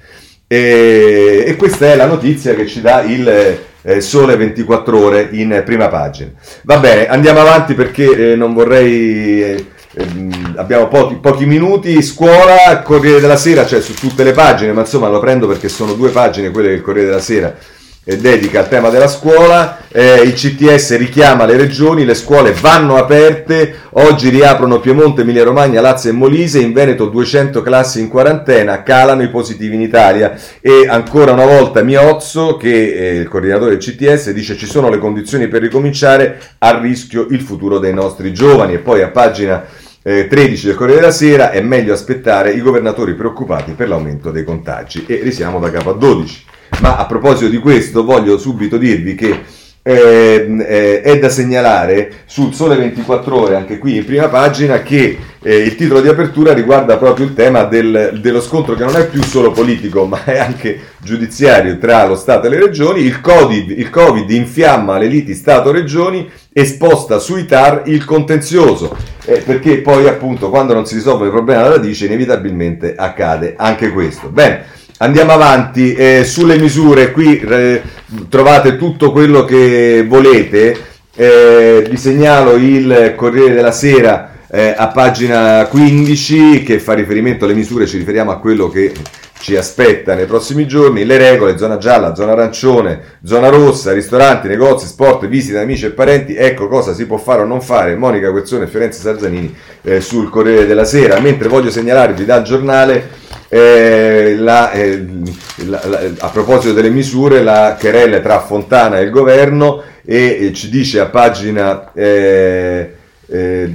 A: E, e questa è la notizia che ci dà il eh, Sole ventiquattro Ore in prima pagina. Va bene, andiamo avanti perché eh, non vorrei... Eh, abbiamo pochi, pochi minuti. Scuola, Corriere della Sera, cioè su tutte le pagine, ma insomma lo prendo perché sono due pagine quelle del Corriere della Sera eh, dedica al tema della scuola, eh, il C T S richiama le regioni, le scuole vanno aperte, oggi riaprono Piemonte, Emilia Romagna, Lazio e Molise, in Veneto duecento classi in quarantena, calano i positivi in Italia. E ancora una volta Miozzo, che è il coordinatore del C T S, dice ci sono le condizioni per ricominciare, a rischio il futuro dei nostri giovani. E poi a pagina eh, tredici del Corriere della Sera, è meglio aspettare, i governatori preoccupati per l'aumento dei contagi. E risiamo da capo a dodici. Ma a proposito di questo voglio subito dirvi che eh, eh, è da segnalare sul Sole ventiquattro Ore, anche qui in prima pagina, che eh, il titolo di apertura riguarda proprio il tema del, dello scontro che non è più solo politico ma è anche giudiziario tra lo Stato e le regioni. Il Covid, il Covid infiamma le liti Stato-Regioni e sposta sui T A R il contenzioso, eh, perché poi appunto quando non si risolve il problema alla radice inevitabilmente accade anche questo. Bene. Andiamo avanti, eh, sulle misure, qui eh, trovate tutto quello che volete, eh, vi segnalo il Corriere della Sera eh, a pagina quindici che fa riferimento alle misure, ci riferiamo a quello che ci aspetta nei prossimi giorni, le regole, zona gialla, zona arancione, zona rossa, ristoranti, negozi, sport, visite, amici e parenti, ecco cosa si può fare o non fare, Monica Guerzone e Fiorenza Sarzanini eh, sul Corriere della Sera, mentre voglio segnalarvi dal giornale Eh, la, eh, la, la, a proposito delle misure, la querela tra Fontana e il governo, e, e ci dice a pagina eh, eh,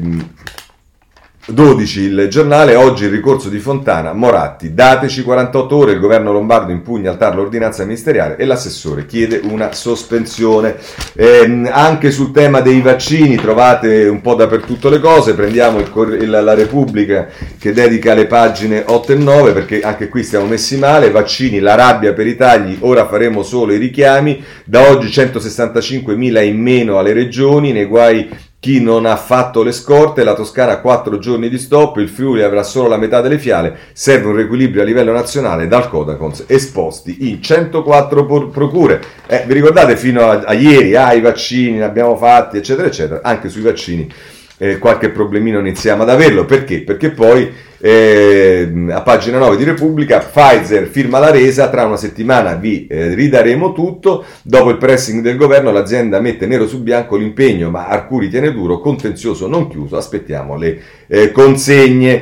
A: dodici il giornale, oggi il ricorso di Fontana, Moratti, dateci quarantotto ore, il governo lombardo impugna al T A R l'ordinanza ministeriale e l'assessore chiede una sospensione. Eh, anche sul tema dei vaccini trovate un po' dappertutto le cose, prendiamo il, il, la Repubblica che dedica le pagine otto e nove, perché anche qui stiamo messi male, vaccini, la rabbia per i tagli, ora faremo solo i richiami, da oggi centosessantacinquemila in meno alle regioni, nei guai chi non ha fatto le scorte, la Toscana quattro giorni di stop, il Friuli avrà solo la metà delle fiale, serve un riequilibrio a livello nazionale, dal Codacons esposti in centoquattro por- procure. Eh, vi ricordate fino a, a ieri, ah i vaccini ne abbiamo fatti, eccetera, eccetera, anche sui vaccini eh, qualche problemino iniziamo ad averlo, perché? Perché poi eh, a pagina nove di Repubblica, Pfizer firma la resa, tra una settimana vi eh, ridaremo tutto, dopo il pressing del governo l'azienda mette nero su bianco l'impegno, ma Arcuri tiene duro, contenzioso non chiuso, aspettiamo le eh, consegne.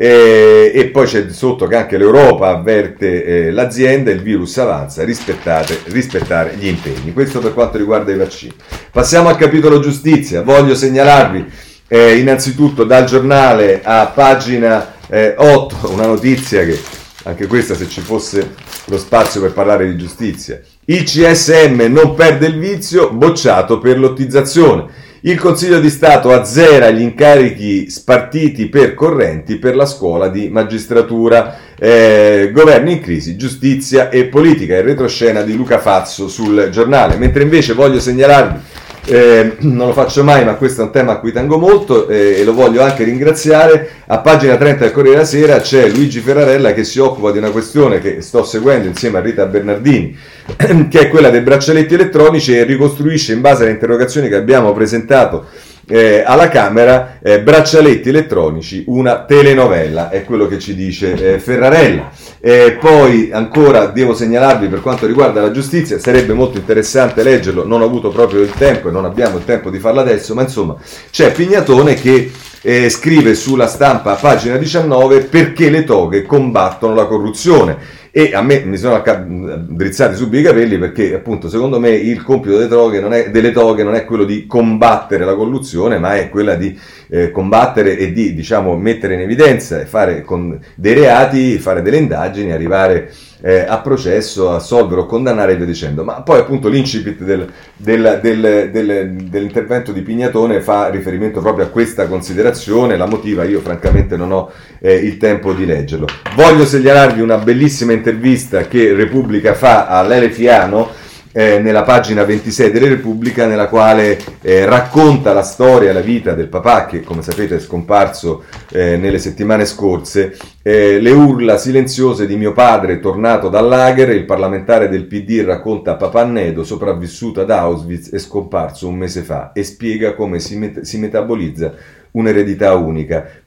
A: Eh, e poi c'è sotto che anche l'Europa avverte eh, l'azienda, il virus avanza, rispettate, rispettare gli impegni. Questo per quanto riguarda i vaccini. Passiamo al capitolo giustizia, voglio segnalarvi eh, innanzitutto dal giornale a pagina Eh, otto, una notizia che anche questa, se ci fosse lo spazio per parlare di giustizia, il C S M non perde il vizio, bocciato per lottizzazione, il Consiglio di Stato azzera gli incarichi spartiti per correnti per la scuola di magistratura, eh, governo in crisi, giustizia e politica, il retroscena di Luca Fazzo sul giornale, mentre invece voglio segnalarvi, Eh, non lo faccio mai, ma questo è un tema a cui tengo molto eh, e lo voglio anche ringraziare. A pagina trenta del Corriere della Sera c'è Luigi Ferrarella che si occupa di una questione che sto seguendo insieme a Rita Bernardini, che è quella dei braccialetti elettronici, e ricostruisce in base alle interrogazioni che abbiamo presentato Eh, alla Camera, eh, braccialetti elettronici, una telenovela, è quello che ci dice eh, Ferrarella. Eh, poi ancora devo segnalarvi, per quanto riguarda la giustizia, sarebbe molto interessante leggerlo, non ho avuto proprio il tempo e non abbiamo il tempo di farlo adesso, ma insomma c'è Pignatone che eh, scrive sulla Stampa a pagina diciannove perché le toghe combattono la corruzione. E a me mi sono drizzati subito i capelli, perché appunto secondo me il compito delle toghe non è, delle toghe non è quello di combattere la corruzione, ma è quella di eh, combattere e di, diciamo, mettere in evidenza e fare con dei reati, fare delle indagini, arrivare eh, a processo, assolvere o condannare e via dicendo. Ma poi appunto l'incipit del, del, del, del, dell'intervento di Pignatone fa riferimento proprio a questa considerazione, la motiva, io francamente non ho eh, il tempo di leggerlo. Voglio segnalarvi una bellissima intervista che Repubblica fa a Lele Fiano eh, nella pagina ventisei della Repubblica, nella quale eh, racconta la storia e la vita del papà che, come sapete, è scomparso eh, nelle settimane scorse, eh, le urla silenziose di mio padre tornato dal lager. Il parlamentare del P D racconta a papà Nedo, sopravvissuto ad Auschwitz e scomparso un mese fa, e spiega come si, met- si metabolizza un'eredità unica.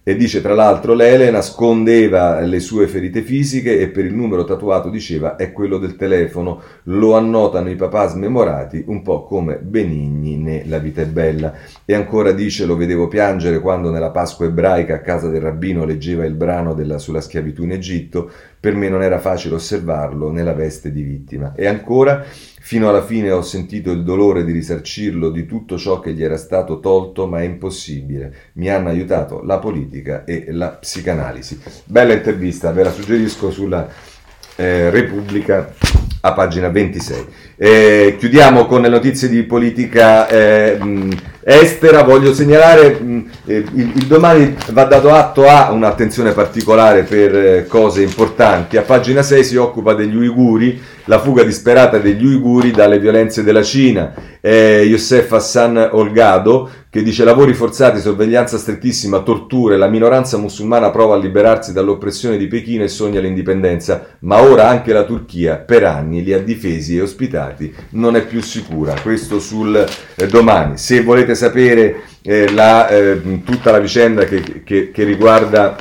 A: E dice tra l'altro Lele nascondeva le sue ferite fisiche e per il numero tatuato diceva è quello del telefono, lo annotano i papà smemorati, un po' come Benigni né La vita è bella. E ancora dice lo vedevo piangere quando nella Pasqua ebraica a casa del rabbino leggeva il brano della, sulla schiavitù in Egitto, per me non era facile osservarlo nella veste di vittima. E ancora fino alla fine ho sentito il dolore di risarcirlo di tutto ciò che gli era stato tolto, ma è impossibile. Mi hanno aiutato la politica e la psicanalisi. Bella intervista, ve la suggerisco sulla eh, Repubblica a pagina ventisei. Eh, chiudiamo con le notizie di politica eh, mh, estera. Voglio segnalare mh, eh, il, il domani va dato atto a un'attenzione particolare per eh, cose importanti. A pagina sei si occupa degli uiguri, la fuga disperata degli uiguri dalle violenze della Cina. Eh, Youssef Hassan Olgado che dice lavori forzati, sorveglianza strettissima, torture, la minoranza musulmana prova a liberarsi dall'oppressione di Pechino e sogna l'indipendenza, ma ora anche la Turchia per anni li ha difesi e ospitati, non è più sicura. Questo sul eh, domani. Se volete sapere eh, la, eh, tutta la vicenda che, che, che riguarda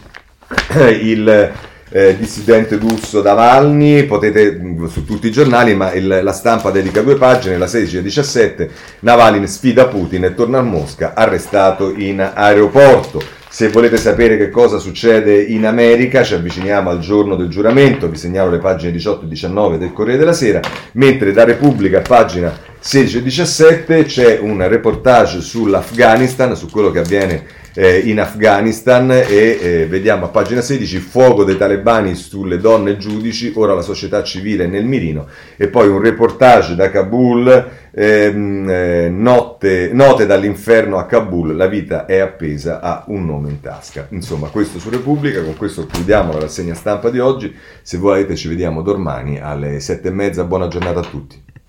A: eh, il Eh, dissidente russo Navalny, potete su tutti i giornali, ma il, la Stampa dedica due pagine, la sedici e diciassette, Navalny sfida Putin e torna a Mosca, arrestato in aeroporto. Se volete sapere che cosa succede in America, ci avviciniamo al giorno del giuramento, vi segnalo le pagine diciotto e diciannove del Corriere della Sera, mentre da Repubblica a pagina sedici e diciassette c'è un reportage sull'Afghanistan, su quello che avviene eh, in Afghanistan e eh, vediamo a pagina sedici fuoco dei talebani sulle donne giudici, ora la società civile nel mirino, e poi un reportage da Kabul, ehm, eh, notte, note dall'inferno a Kabul, la vita è appesa a un nome in tasca. Insomma, questo su Repubblica. Con questo chiudiamo la rassegna stampa di oggi. Se volete ci vediamo domani alle sette e mezza, buona giornata a tutti.